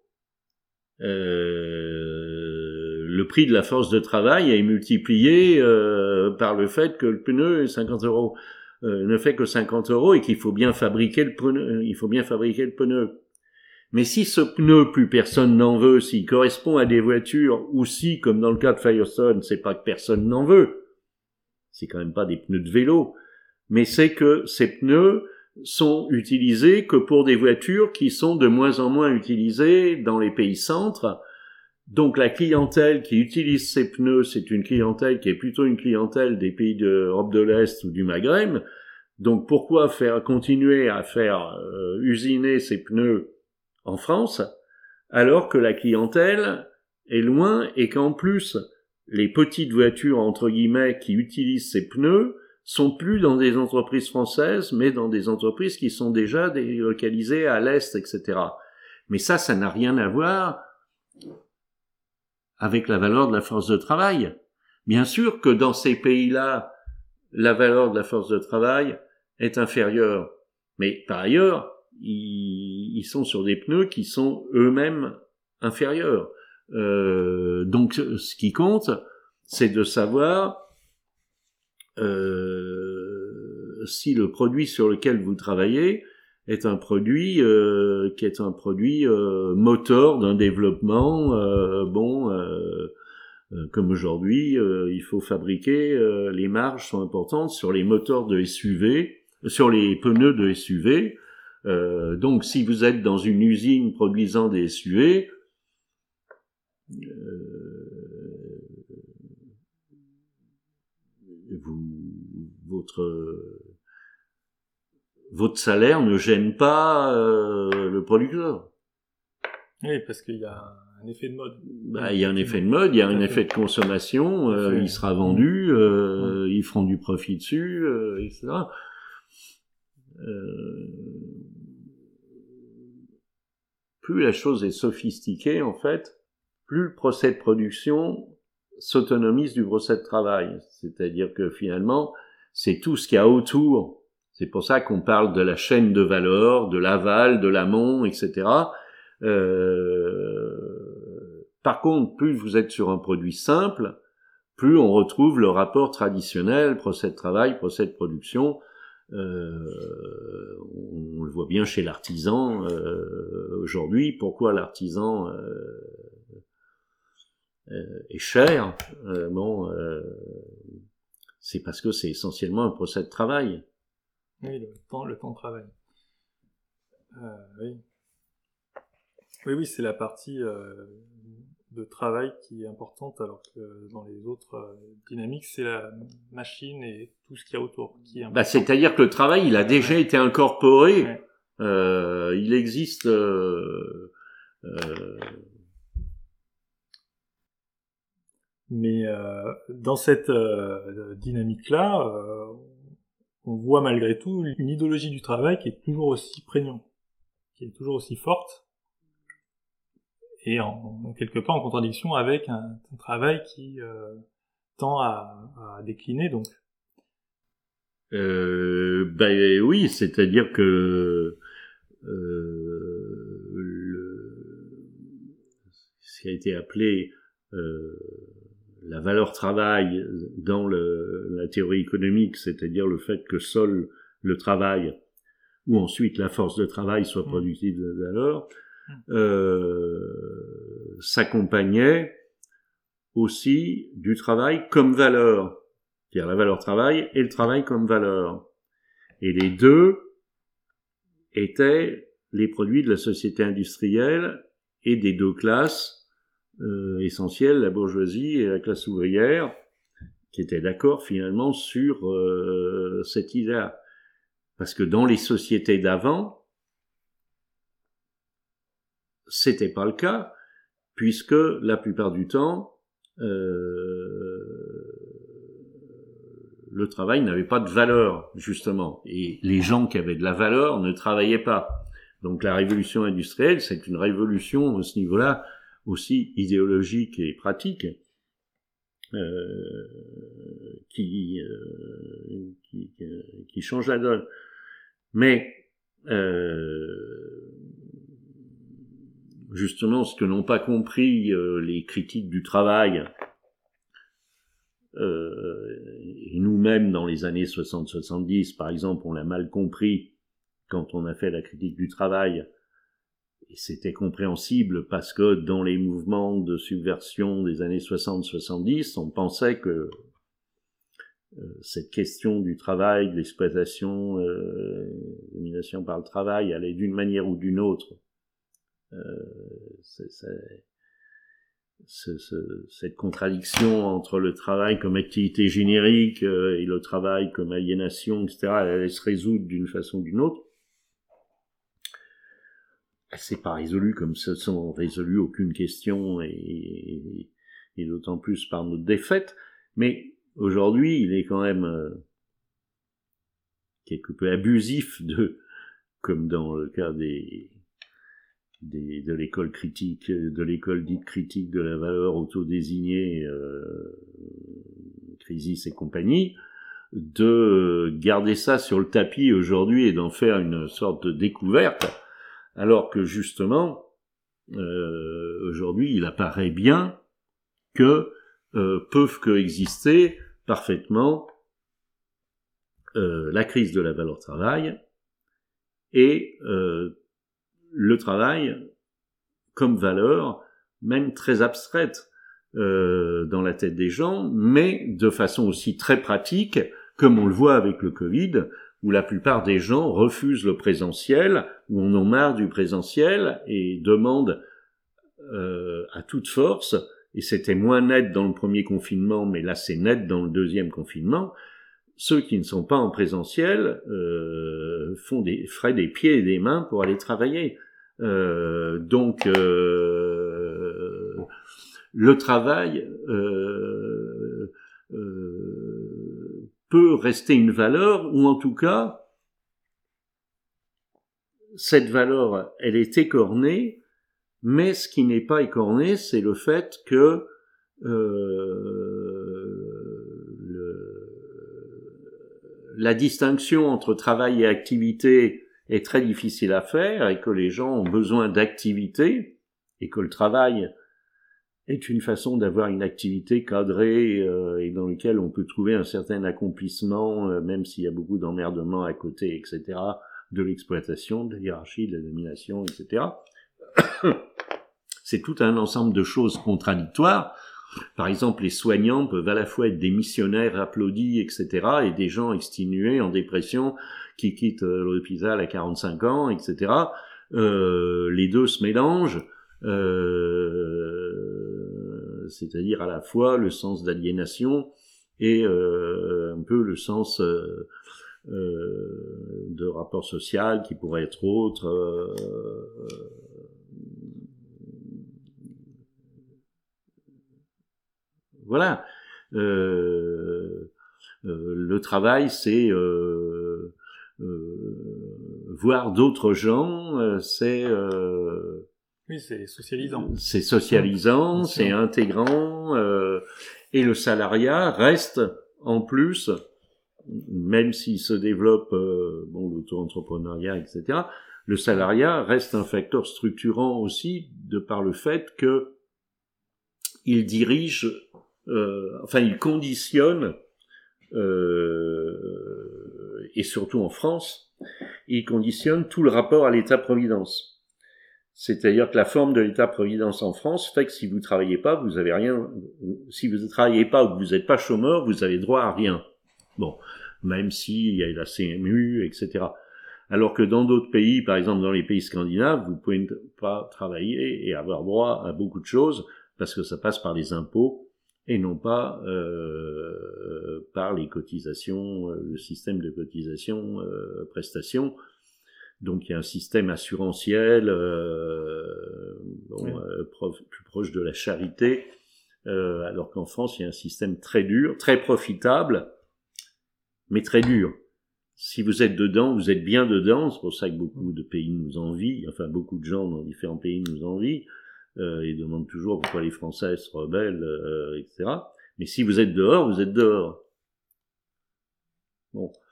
euh, le prix de la force de travail est multiplié euh, par le fait que le pneu est cinquante euros. Euh, ne fait que cinquante euros et qu'il faut bien fabriquer le pneu, il faut bien fabriquer le pneu. Mais si ce pneu, plus personne n'en veut, s'il correspond à des voitures, ou si, comme dans le cas de Firestone, c'est pas que personne n'en veut, c'est quand même pas des pneus de vélo, mais c'est que ces pneus sont utilisés que pour des voitures qui sont de moins en moins utilisées dans les pays centres. Donc la clientèle qui utilise ces pneus, c'est une clientèle qui est plutôt une clientèle des pays d'Europe de l'Est ou du Maghreb. Donc pourquoi faire continuer à faire euh, usiner ces pneus en France, alors que la clientèle est loin et qu'en plus, les petites voitures, entre guillemets, qui utilisent ces pneus, sont plus dans des entreprises françaises, mais dans des entreprises qui sont déjà délocalisées à l'Est, et cetera. Mais ça, ça n'a rien à voir avec la valeur de la force de travail. Bien sûr que dans ces pays-là, la valeur de la force de travail est inférieure. Mais par ailleurs, ils, ils sont sur des pneus qui sont eux-mêmes inférieurs. Euh, donc, ce qui compte, c'est de savoir euh, si le produit sur lequel vous travaillez est un produit euh, qui est un produit euh, moteur d'un développement. Euh, bon, euh, euh, comme aujourd'hui, euh, il faut fabriquer. Euh, les marges sont importantes sur les moteurs de S U V, sur les pneus de S U V. Euh, donc, si vous êtes dans une usine produisant des S U V, euh, vous, votre votre salaire ne gêne pas euh, le producteur. Oui, parce qu'il y a un effet de mode. Bah, il y a un effet de mode, il y a un effet de consommation, euh, il sera vendu, euh, ils feront du profit dessus, euh, et cetera. Euh, plus la chose est sophistiquée, en fait, plus le procès de production s'autonomise du procès de travail. C'est-à-dire que finalement, c'est tout ce qu'il y a autour. C'est pour ça qu'on parle de la chaîne de valeur, de l'aval, de l'amont, et cetera. Euh... Par contre, plus vous êtes sur un produit simple, plus on retrouve le rapport traditionnel, procès de travail, procès de production. Euh, on le voit bien chez l'artisan euh, aujourd'hui. Pourquoi l'artisan euh, euh, est cher euh, Bon, euh, c'est parce que c'est essentiellement un procès de travail. Oui, le temps, le temps de travail. Euh, oui. Oui, oui, c'est la partie euh, de travail qui est importante, alors que dans les autres euh, dynamiques, c'est la machine et tout ce qu'il y a autour qui est important. Bah, c'est-à-dire que le travail, il a déjà ouais. été incorporé. Ouais. Euh, il existe. Euh, euh... Mais euh, dans cette euh, dynamique-là, euh, on voit malgré tout une idéologie du travail qui est toujours aussi prégnante, qui est toujours aussi forte, et en, en quelque part en contradiction avec un, un travail qui euh, tend à, à décliner, donc. Euh, ben oui, c'est-à-dire que euh, le, ce qui a été appelé euh, la valeur travail dans le, la théorie économique, c'est-à-dire le fait que seul le travail ou ensuite la force de travail soit productive de valeur, euh, s'accompagnait aussi du travail comme valeur, c'est-à-dire la valeur travail et le travail comme valeur. Et les deux étaient les produits de la société industrielle et des deux classes euh, essentielles, la bourgeoisie et la classe ouvrière, qui étaient d'accord finalement sur euh, cette idée-là. Parce que dans les sociétés d'avant, c'était pas le cas, puisque la plupart du temps, euh, le travail n'avait pas de valeur, justement. Et les gens qui avaient de la valeur ne travaillaient pas. Donc la révolution industrielle, c'est une révolution à ce niveau-là aussi idéologique et pratique, euh, qui, euh, qui, qui change la donne. Mais euh, justement, ce que n'ont pas compris euh, les critiques du travail, euh, et nous-mêmes dans les années soixante soixante-dix, par exemple, on l'a mal compris quand on a fait la critique du travail, et c'était compréhensible parce que dans les mouvements de subversion des années soixante soixante-dix, on pensait que euh, cette question du travail, de l'exploitation, euh, domination par le travail, allait d'une manière ou d'une autre. Euh, c'est, c'est, c'est, c'est, cette contradiction entre le travail comme activité générique euh, et le travail comme aliénation, et cetera, elle allait se résoudre d'une façon ou d'une autre. C'est pas résolu comme se sont résolues aucune question, et, et, et d'autant plus par notre défaite. Mais aujourd'hui, il est quand même euh, quelque peu abusif de, comme dans le cas des, des de l'école critique, de l'école dite critique de la valeur autodésignée, euh, Crisis et compagnie, de garder ça sur le tapis aujourd'hui et d'en faire une sorte de découverte. Alors que justement, euh, aujourd'hui, il apparaît bien que euh, peuvent coexister parfaitement euh, la crise de la valeur travail et euh, le travail comme valeur, même très abstraite euh, dans la tête des gens, mais de façon aussi très pratique, comme on le voit avec le Covid, où la plupart des gens refusent le présentiel, où on en a marre du présentiel et demandent euh, à toute force, et c'était moins net dans le premier confinement, mais là c'est net dans le deuxième confinement, ceux qui ne sont pas en présentiel euh, font des, feraient des pieds et des mains pour aller travailler. Euh, donc euh, le travail euh, euh, peut rester une valeur, ou en tout cas, cette valeur, elle est écornée, mais ce qui n'est pas écorné, c'est le fait que euh, le, la distinction entre travail et activité est très difficile à faire, et que les gens ont besoin d'activité, et que le travail est une façon d'avoir une activité cadrée euh, et dans laquelle on peut trouver un certain accomplissement, euh, même s'il y a beaucoup d'emmerdements à côté, et cetera, de l'exploitation, de la hiérarchie, de la domination, et cetera. C'est tout un ensemble de choses contradictoires. Par exemple, les soignants peuvent à la fois être des missionnaires applaudis, et cetera, et des gens exténués, en dépression, qui quittent l'hôpital à quarante-cinq ans, et cetera. Euh, les deux se mélangent. Euh, c'est-à-dire à la fois le sens d'aliénation et euh, un peu le sens euh, euh, de rapport social qui pourrait être autre. Euh, voilà. Euh, euh, le travail, c'est euh, euh, voir d'autres gens, euh, c'est euh, oui, c'est socialisant. C'est socialisant, c'est intégrant, euh, et le salariat reste, en plus, même s'il se développe, euh, bon, l'auto-entrepreneuriat, et cetera, le salariat reste un facteur structurant aussi, de par le fait que il dirige euh, enfin, il conditionne, euh, et surtout en France, il conditionne tout le rapport à l'État-providence. C'est-à-dire que la forme de l'État-providence en France fait que si vous travaillez pas, vous avez rien. Si vous ne travaillez pas ou que vous n'êtes pas chômeur, vous avez droit à rien. Bon, même s'il y a la C M U, et cetera. Alors que dans d'autres pays, par exemple dans les pays scandinaves, vous pouvez pas travailler et avoir droit à beaucoup de choses parce que ça passe par les impôts et non pas euh, par les cotisations, le système de cotisation, euh, prestations. Donc il y a un système assurantiel, euh, bon, oui. euh, prof, plus proche de la charité, euh, alors qu'en France il y a un système très dur, très profitable, mais très dur. Si vous êtes dedans, vous êtes bien dedans. C'est pour ça que beaucoup de pays nous envient, enfin beaucoup de gens dans différents pays nous envient euh, et demandent toujours pourquoi les Français se rebellent, euh, et cetera. Mais si vous êtes dehors, vous êtes dehors. Bon.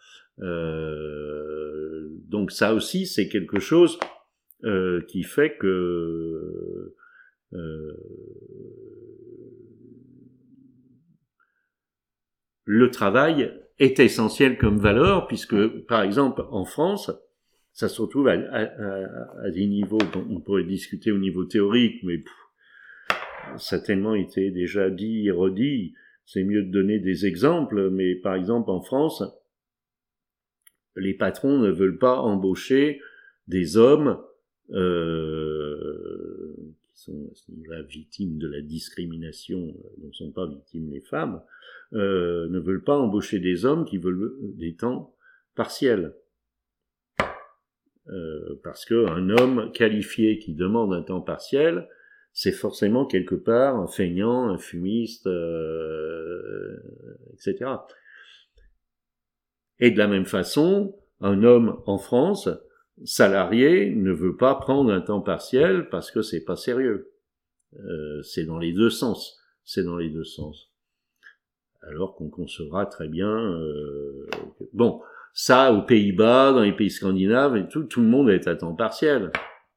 Euh, donc ça aussi c'est quelque chose euh, qui fait que euh, le travail est essentiel comme valeur, puisque par exemple en France ça se retrouve à, à, à, à des niveaux dont on pourrait discuter au niveau théorique, mais pff, ça a tellement été déjà dit et redit, c'est mieux de donner des exemples. Mais par exemple en France, les patrons ne veulent pas embaucher des hommes euh, qui sont là, victimes de la discrimination, dont ne sont pas victimes les femmes, euh, ne veulent pas embaucher des hommes qui veulent des temps partiels. Euh, parce qu'un homme qualifié qui demande un temps partiel, c'est forcément quelque part un feignant, un fumiste, euh, et cetera. Et de la même façon, un homme en France, salarié, ne veut pas prendre un temps partiel parce que c'est pas sérieux. Euh, c'est dans les deux sens. C'est dans les deux sens. Alors qu'on concevra très bien... Euh, bon, ça, aux Pays-Bas, dans les pays scandinaves, et tout, tout le monde est à temps partiel.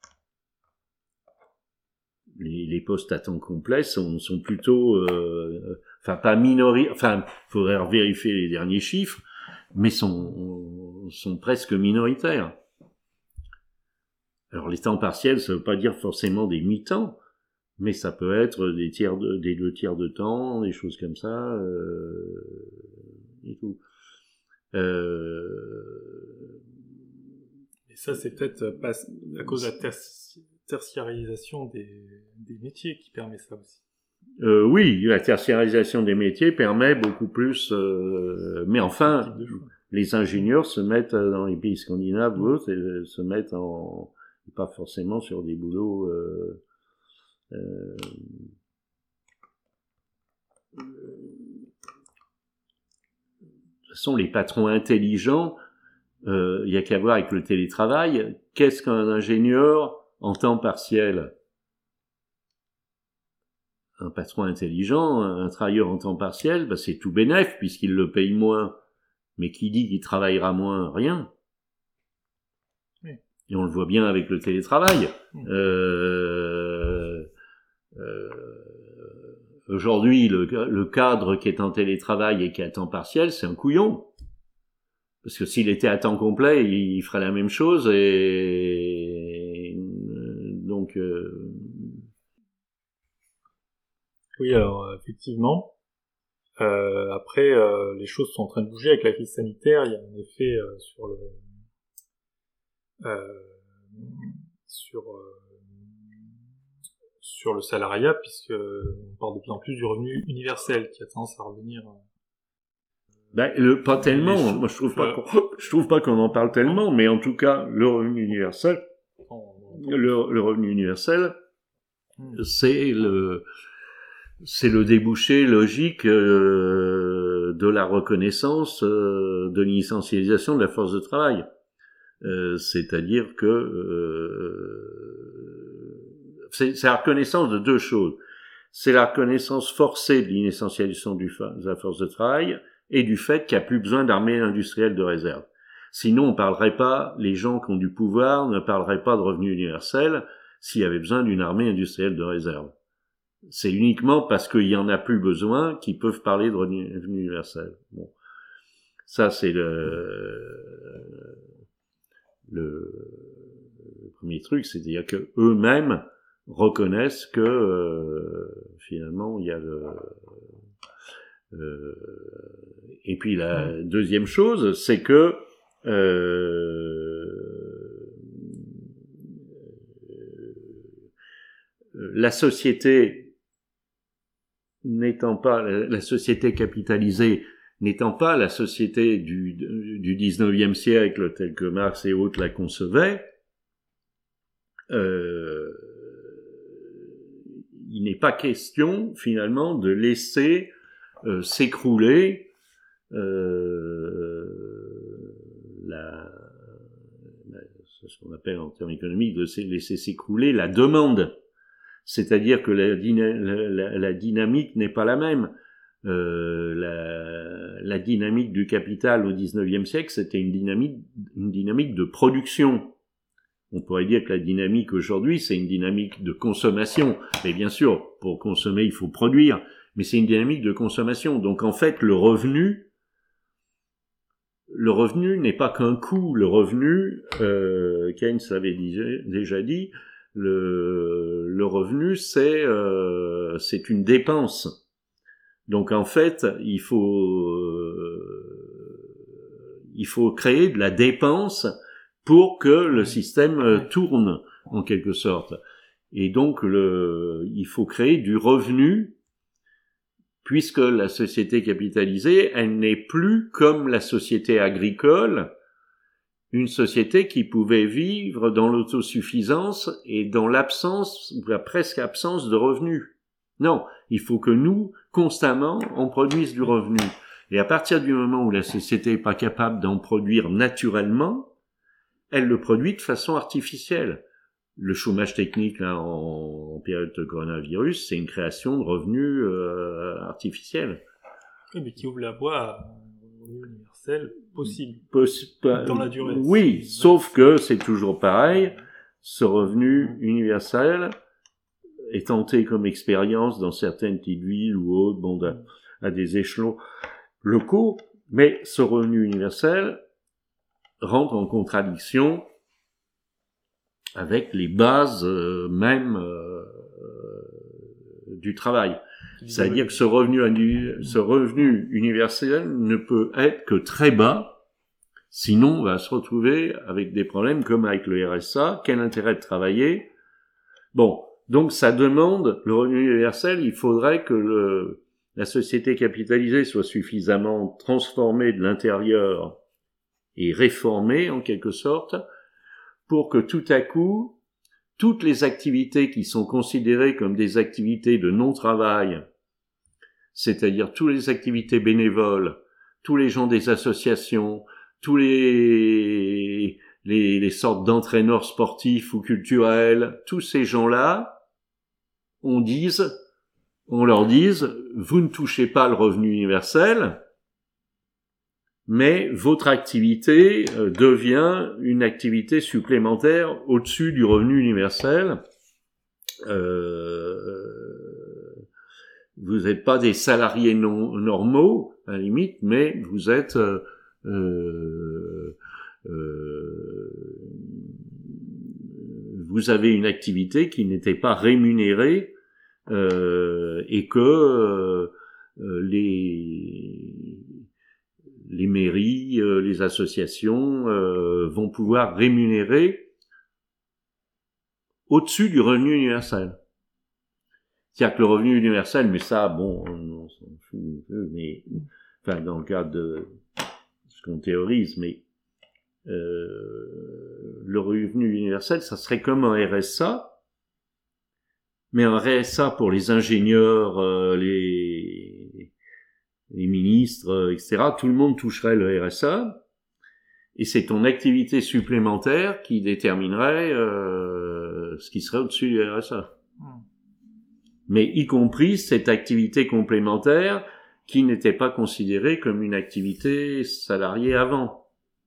Les, les postes à temps complet sont, sont plutôt... Euh, enfin, pas minoritaires... Enfin, il faudrait vérifier les derniers chiffres, mais sont, sont presque minoritaires. Alors les temps partiels, ça veut pas dire forcément des mi-temps, mais ça peut être des tiers de, des deux tiers de temps, des choses comme ça, euh, et tout. Euh... Et ça, c'est peut-être pas à cause de la terti- tertiarisation des, des métiers qui permet ça aussi. Euh, oui, la tertiarisation des métiers permet beaucoup plus, euh, mais enfin, les ingénieurs se mettent dans les pays scandinaves ou autres, et se mettent en, pas forcément sur des boulots, euh, euh, de toute façon, les patrons intelligents, euh, il y a qu'à voir avec le télétravail. Qu'est-ce qu'un ingénieur en temps partiel ? Un patron intelligent, un travailleur en temps partiel, bah c'est tout bénef puisqu'il le paye moins. Mais qui dit qu'il travaillera moins ? Rien. Oui. Et on le voit bien avec le télétravail. Oui. Euh, euh, aujourd'hui, le, le cadre qui est en télétravail et qui est à temps partiel, c'est un couillon. Parce que s'il était à temps complet, il ferait la même chose et donc... Euh, Oui, alors euh, effectivement. Euh, après, euh, les choses sont en train de bouger avec la crise sanitaire. Il y a un effet euh, sur le euh, sur euh, sur le salariat, puisque on parle de plus en plus du revenu universel qui a tendance à revenir. Euh, ben, le, pas tellement. Choses, Moi, je trouve pas. Qu'on, je trouve pas qu'on en parle tellement, mais en tout cas, le revenu universel, le, le revenu universel, hmm. c'est le C'est le débouché logique euh, de la reconnaissance euh, de l'essentialisation de la force de travail. Euh, c'est-à-dire que euh, c'est, c'est la reconnaissance de deux choses. C'est la reconnaissance forcée de l'inessentialisation du fa- de la force de travail et du fait qu'il n'y a plus besoin d'armée industrielle de réserve. Sinon, on parlerait pas, les gens qui ont du pouvoir ne parleraient pas de revenu universel s'il y avait besoin d'une armée industrielle de réserve. C'est uniquement parce qu'il y en a plus besoin qu'ils peuvent parler de revenu universel. Bon, ça c'est le, le, le premier truc, c'est-à-dire que eux-mêmes reconnaissent que euh, finalement il y a le euh, et puis la deuxième chose, c'est que euh, la société n'étant pas la, la société capitalisée n'étant pas la société du, du dix-neuvième siècle telle que Marx et autres la concevaient, euh, il n'est pas question finalement de laisser euh, s'écrouler euh, la, la, ce qu'on appelle en termes économiques de laisser s'écrouler la demande. C'est-à-dire que la, la, la dynamique n'est pas la même. Euh, la, la dynamique du capital au dix-neuvième siècle, c'était une dynamique, une dynamique de production. On pourrait dire que la dynamique aujourd'hui, c'est une dynamique de consommation. Mais bien sûr, pour consommer, il faut produire. Mais c'est une dynamique de consommation. Donc en fait, le revenu, le revenu n'est pas qu'un coût. Le revenu, euh, Keynes l'avait déjà dit, le, le revenu, c'est, euh, c'est une dépense. Donc en fait, il faut, euh, il faut créer de la dépense pour que le système euh, tourne en quelque sorte. Et donc le, il faut créer du revenu, puisque la société capitalisée, elle n'est plus comme la société agricole, une société qui pouvait vivre dans l'autosuffisance et dans l'absence, ou la presque absence de revenus. Non, il faut que nous, constamment, on produise du revenu. Et à partir du moment où la société n'est pas capable d'en produire naturellement, elle le produit de façon artificielle. Le chômage technique là, en, en période de coronavirus, c'est une création de revenus euh, artificiels. Oui, mais qui ouvre la voie à un revenu universel possible. Possi- pas, dans la durée. Oui, c'est... sauf que c'est toujours pareil, ce revenu universel est tenté comme expérience dans certaines petites villes ou autres, bon, à, à des échelons locaux, mais ce revenu universel rentre en contradiction avec les bases euh, même euh, du travail. C'est-à-dire que ce revenu, ce revenu universel ne peut être que très bas, sinon on va se retrouver avec des problèmes comme avec le R S A. Quel intérêt de travailler? Bon, donc ça demande, le revenu universel, il faudrait que le, la société capitalisée soit suffisamment transformée de l'intérieur et réformée en quelque sorte, pour que tout à coup, toutes les activités qui sont considérées comme des activités de non-travail, c'est-à-dire toutes les activités bénévoles, tous les gens des associations, tous les, les, les sortes d'entraîneurs sportifs ou culturels, tous ces gens-là, on dise, on leur dise, vous ne touchez pas le revenu universel, mais votre activité euh, devient une activité supplémentaire au-dessus du revenu universel. Euh, vous n'êtes pas des salariés non, normaux, à la limite, mais vous êtes... Euh, euh, euh, vous avez une activité qui n'était pas rémunérée euh, et que euh, les... les mairies, euh, les associations euh, vont pouvoir rémunérer au-dessus du revenu universel. C'est-à-dire que le revenu universel, mais ça, bon, on s'en fout un peu, mais, enfin, dans le cadre de ce qu'on théorise, mais euh, le revenu universel, ça serait comme un R S A, mais un R S A pour les ingénieurs, euh, les... les ministres, et cetera, tout le monde toucherait le R S A, et c'est ton activité supplémentaire qui déterminerait euh, ce qui serait au-dessus du R S A. Mmh. Mais y compris cette activité complémentaire qui n'était pas considérée comme une activité salariée avant.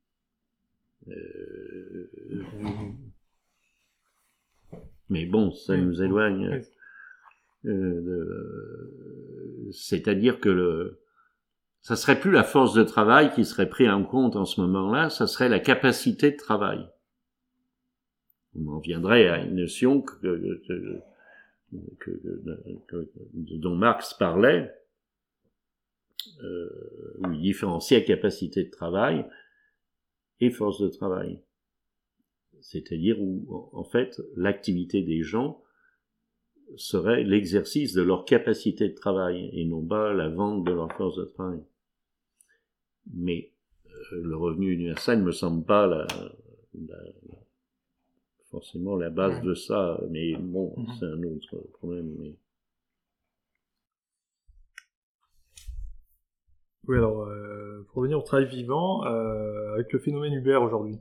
Euh... Mais bon, ça nous éloigne. Euh, de, c'est-à-dire que le, ça serait plus la force de travail qui serait prise en compte en ce moment-là, ça serait la capacité de travail. On en viendrait à une notion que, que, que, que, que dont Marx parlait, euh, où il différenciait capacité de travail et force de travail. C'est-à-dire où, en fait, l'activité des gens serait l'exercice de leur capacité de travail et non pas la vente de leur force de travail. Mais euh, le revenu universel ne me semble pas la, la, forcément la base de ça, mais bon, mm-hmm. c'est un autre problème. Mais... Oui, alors, euh, pour revenir au travail vivant, euh, avec le phénomène Uber aujourd'hui,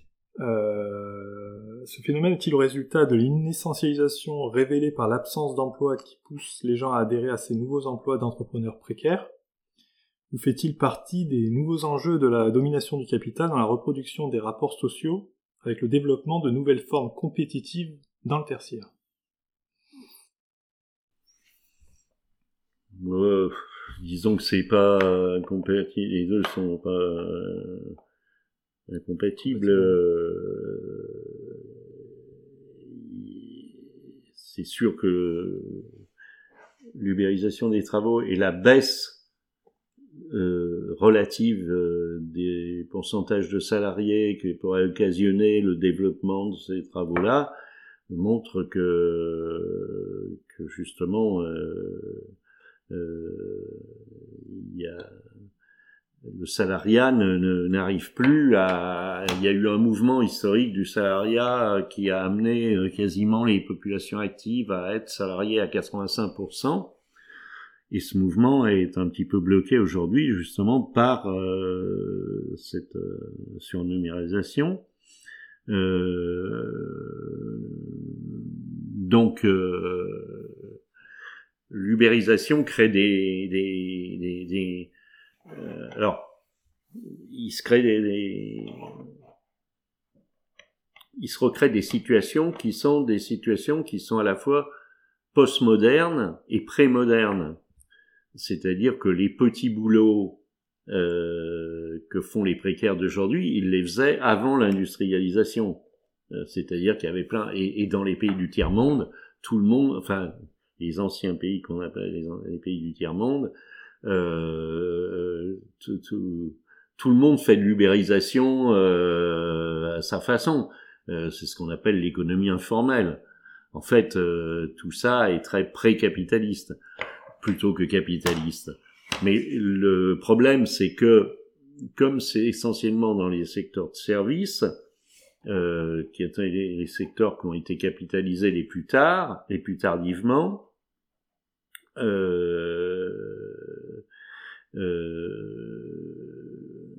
Euh, ce phénomène est-il le résultat de l'inessentialisation révélée par l'absence d'emploi qui pousse les gens à adhérer à ces nouveaux emplois d'entrepreneurs précaires? Ou fait-il partie des nouveaux enjeux de la domination du capital dans la reproduction des rapports sociaux avec le développement de nouvelles formes compétitives dans le tertiaire? euh, Disons que c'est pas compatible, les deux sont pas... Euh... incompatible, euh, c'est sûr que l'ubérisation des travaux et la baisse euh, relative euh, des pourcentages de salariés qui pourraient occasionner le développement de ces travaux-là montrent que, que justement euh, euh, il y a le salariat ne, ne, n'arrive plus à... Il y a eu un mouvement historique du salariat qui a amené quasiment les populations actives à être salariées à quatre-vingt-cinq pour cent. Et ce mouvement est un petit peu bloqué aujourd'hui justement par euh, cette euh, surnumérisation. Euh, donc, euh, l'ubérisation crée des... des, des, des Euh, alors, il se crée des, des, il se recrée des situations qui sont des situations qui sont à la fois postmodernes et pré-modernes. C'est-à-dire que les petits boulots euh, que font les précaires d'aujourd'hui, ils les faisaient avant l'industrialisation. Euh, c'est-à-dire qu'il y avait plein, et, et dans les pays du tiers-monde, tout le monde, enfin, les anciens pays qu'on appelle les, les pays du tiers-monde, Euh, tout, tout, tout le monde fait de l'ubérisation euh, à sa façon. Euh, c'est ce qu'on appelle l'économie informelle. En fait, euh, tout ça est très pré-capitaliste plutôt que capitaliste. Mais le problème, c'est que comme c'est essentiellement dans les secteurs de services, euh, qui étaient les, les secteurs qui ont été capitalisés les plus tard, les plus tardivement, Euh, euh,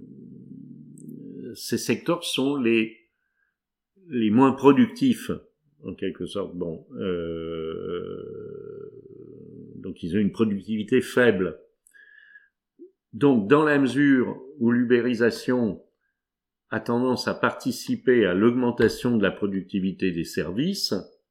ces secteurs sont les les moins productifs en quelque sorte. Bon, euh, donc ils ont une productivité faible. Donc dans la mesure où l'ubérisation a tendance à participer à l'augmentation de la productivité des services,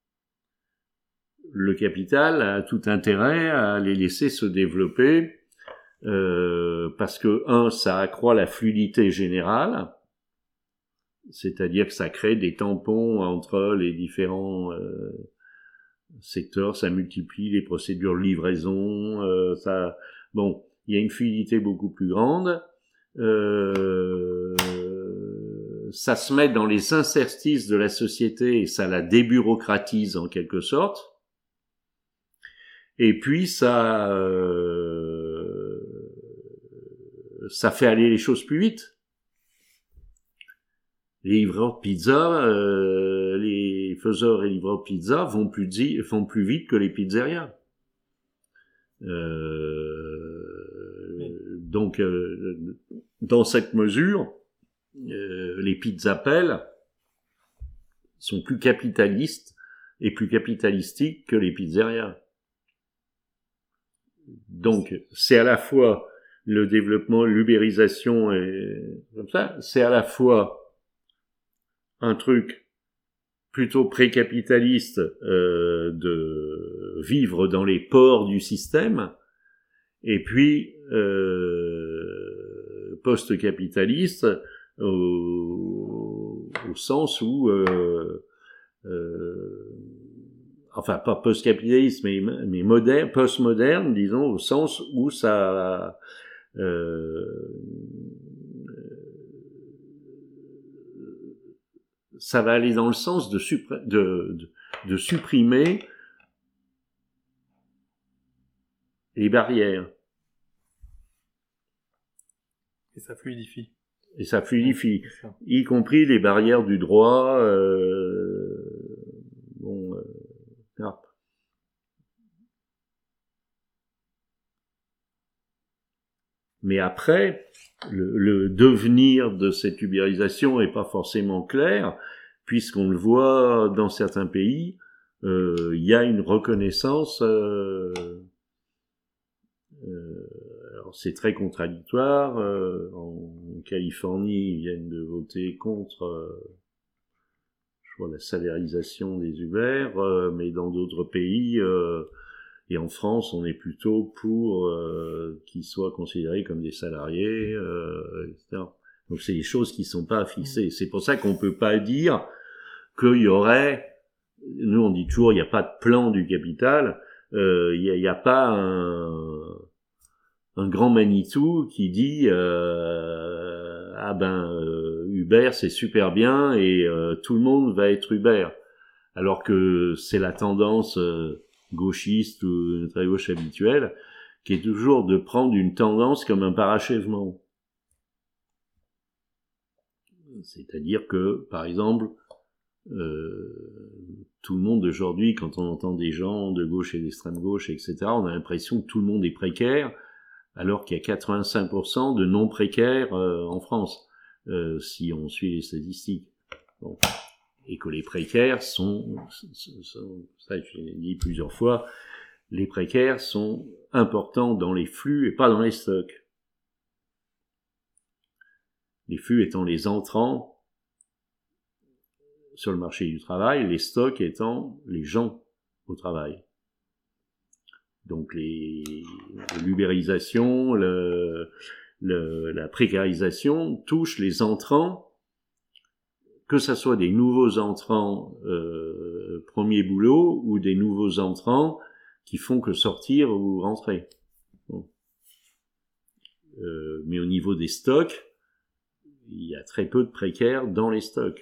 le capital a tout intérêt à les laisser se développer euh, parce que, un, ça accroît la fluidité générale, c'est-à-dire que ça crée des tampons entre les différents euh, secteurs, ça multiplie les procédures de livraison, euh, ça, bon, il y a une fluidité beaucoup plus grande, euh, ça se met dans les interstices de la société et ça la débureaucratise en quelque sorte. Et puis ça, euh, ça fait aller les choses plus vite. Les livreurs de pizza, euh, les faiseurs et livreurs de pizza vont plus di- font plus vite que les pizzerias. Euh, oui. Donc, euh, dans cette mesure, euh, les pizzapelles sont plus capitalistes et plus capitalistiques que les pizzerias. Donc, c'est à la fois le développement, l'ubérisation et comme ça, c'est à la fois un truc plutôt précapitaliste euh, de vivre dans les pores du système, et puis euh, post-capitaliste au, au sens où euh, euh, enfin pas post-capitaliste mais, mais moderne, post-moderne, disons, au sens où ça euh, ça va aller dans le sens de, suppré- de, de, de supprimer les barrières. Et ça fluidifie. Et ça fluidifie, ouais, ça. Y compris les barrières du droit. Euh, bon, euh, ah. Mais après, le, le devenir de cette ubérisation est pas forcément clair, puisqu'on le voit dans certains pays, il euh, y a une reconnaissance. Euh, euh, alors c'est très contradictoire. Euh, en Californie, ils viennent de voter contre, euh, je crois, la salarisation des Uber, euh, mais dans d'autres pays. Euh, Et en France, on est plutôt pour euh, qu'ils soient considérés comme des salariés, euh, et cetera. Donc c'est des choses qui sont pas fixées. C'est pour ça qu'on peut pas dire qu'il y aurait, nous on dit toujours il n'y a pas de plan du capital, euh, il n'y a, y a pas un, un grand Manitou qui dit euh, ah ben euh, Uber c'est super bien et euh, tout le monde va être Uber, alors que c'est la tendance euh, gauchiste ou notre gauche habituelle, qui est toujours de prendre une tendance comme un parachèvement. C'est-à-dire que, par exemple, euh, tout le monde aujourd'hui, quand on entend des gens de gauche et d'extrême gauche, et cetera, on a l'impression que tout le monde est précaire, alors qu'il y a quatre-vingt-cinq pour cent de non précaires euh, en France, euh, si on suit les statistiques. Bon. Et que les précaires sont, sont, ça je l'ai dit plusieurs fois, les précaires sont importants dans les flux et pas dans les stocks. Les flux étant les entrants sur le marché du travail, les stocks étant les gens au travail. Donc les, l'ubérisation, le, le, la précarisation touche les entrants, que ça soit des nouveaux entrants euh, premier boulot ou des nouveaux entrants qui font que sortir ou rentrer. Bon. Euh, mais au niveau des stocks, il y a très peu de précaires dans les stocks.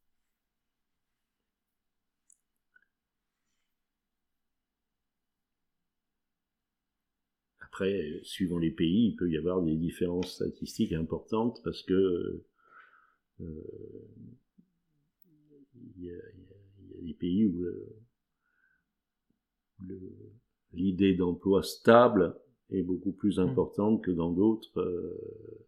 Après, suivant les pays, il peut y avoir des différences statistiques importantes parce que euh, il y a, il y a des pays où le, le, l'idée d'emploi stable est beaucoup plus importante mmh. que dans d'autres. Euh...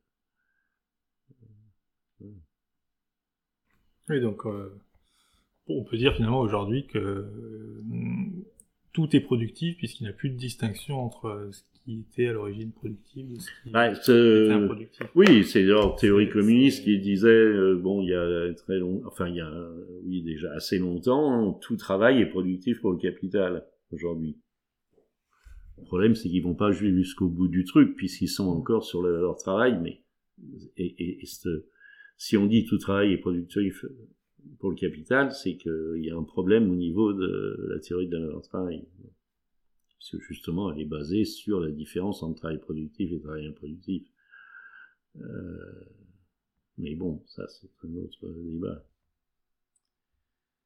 Oui, donc euh, on peut dire finalement aujourd'hui que euh, tout est productif puisqu'il n'y a plus de distinction entre ce qui était à l'origine productif et ce qui bah, était improductif. Oui, c'est leur théorie c'est, communiste c'est... qui disait euh, bon, il y a très long, enfin il y a oui déjà assez longtemps, tout travail est productif pour le capital aujourd'hui. Le problème, c'est qu'ils vont pas jusqu'au bout du truc puisqu'ils sont encore sur le, leur travail, mais et, et, et ce, si on dit tout travail est productif pour le capital, c'est qu'il y a un problème au niveau de la théorie de leur travail. Parce que justement, elle est basée sur la différence entre travail productif et travail improductif. Euh, mais bon, ça c'est un autre débat.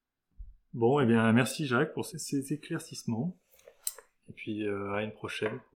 Bon, eh bien, merci Jacques pour ces, ces éclaircissements. Et puis, euh, à une prochaine.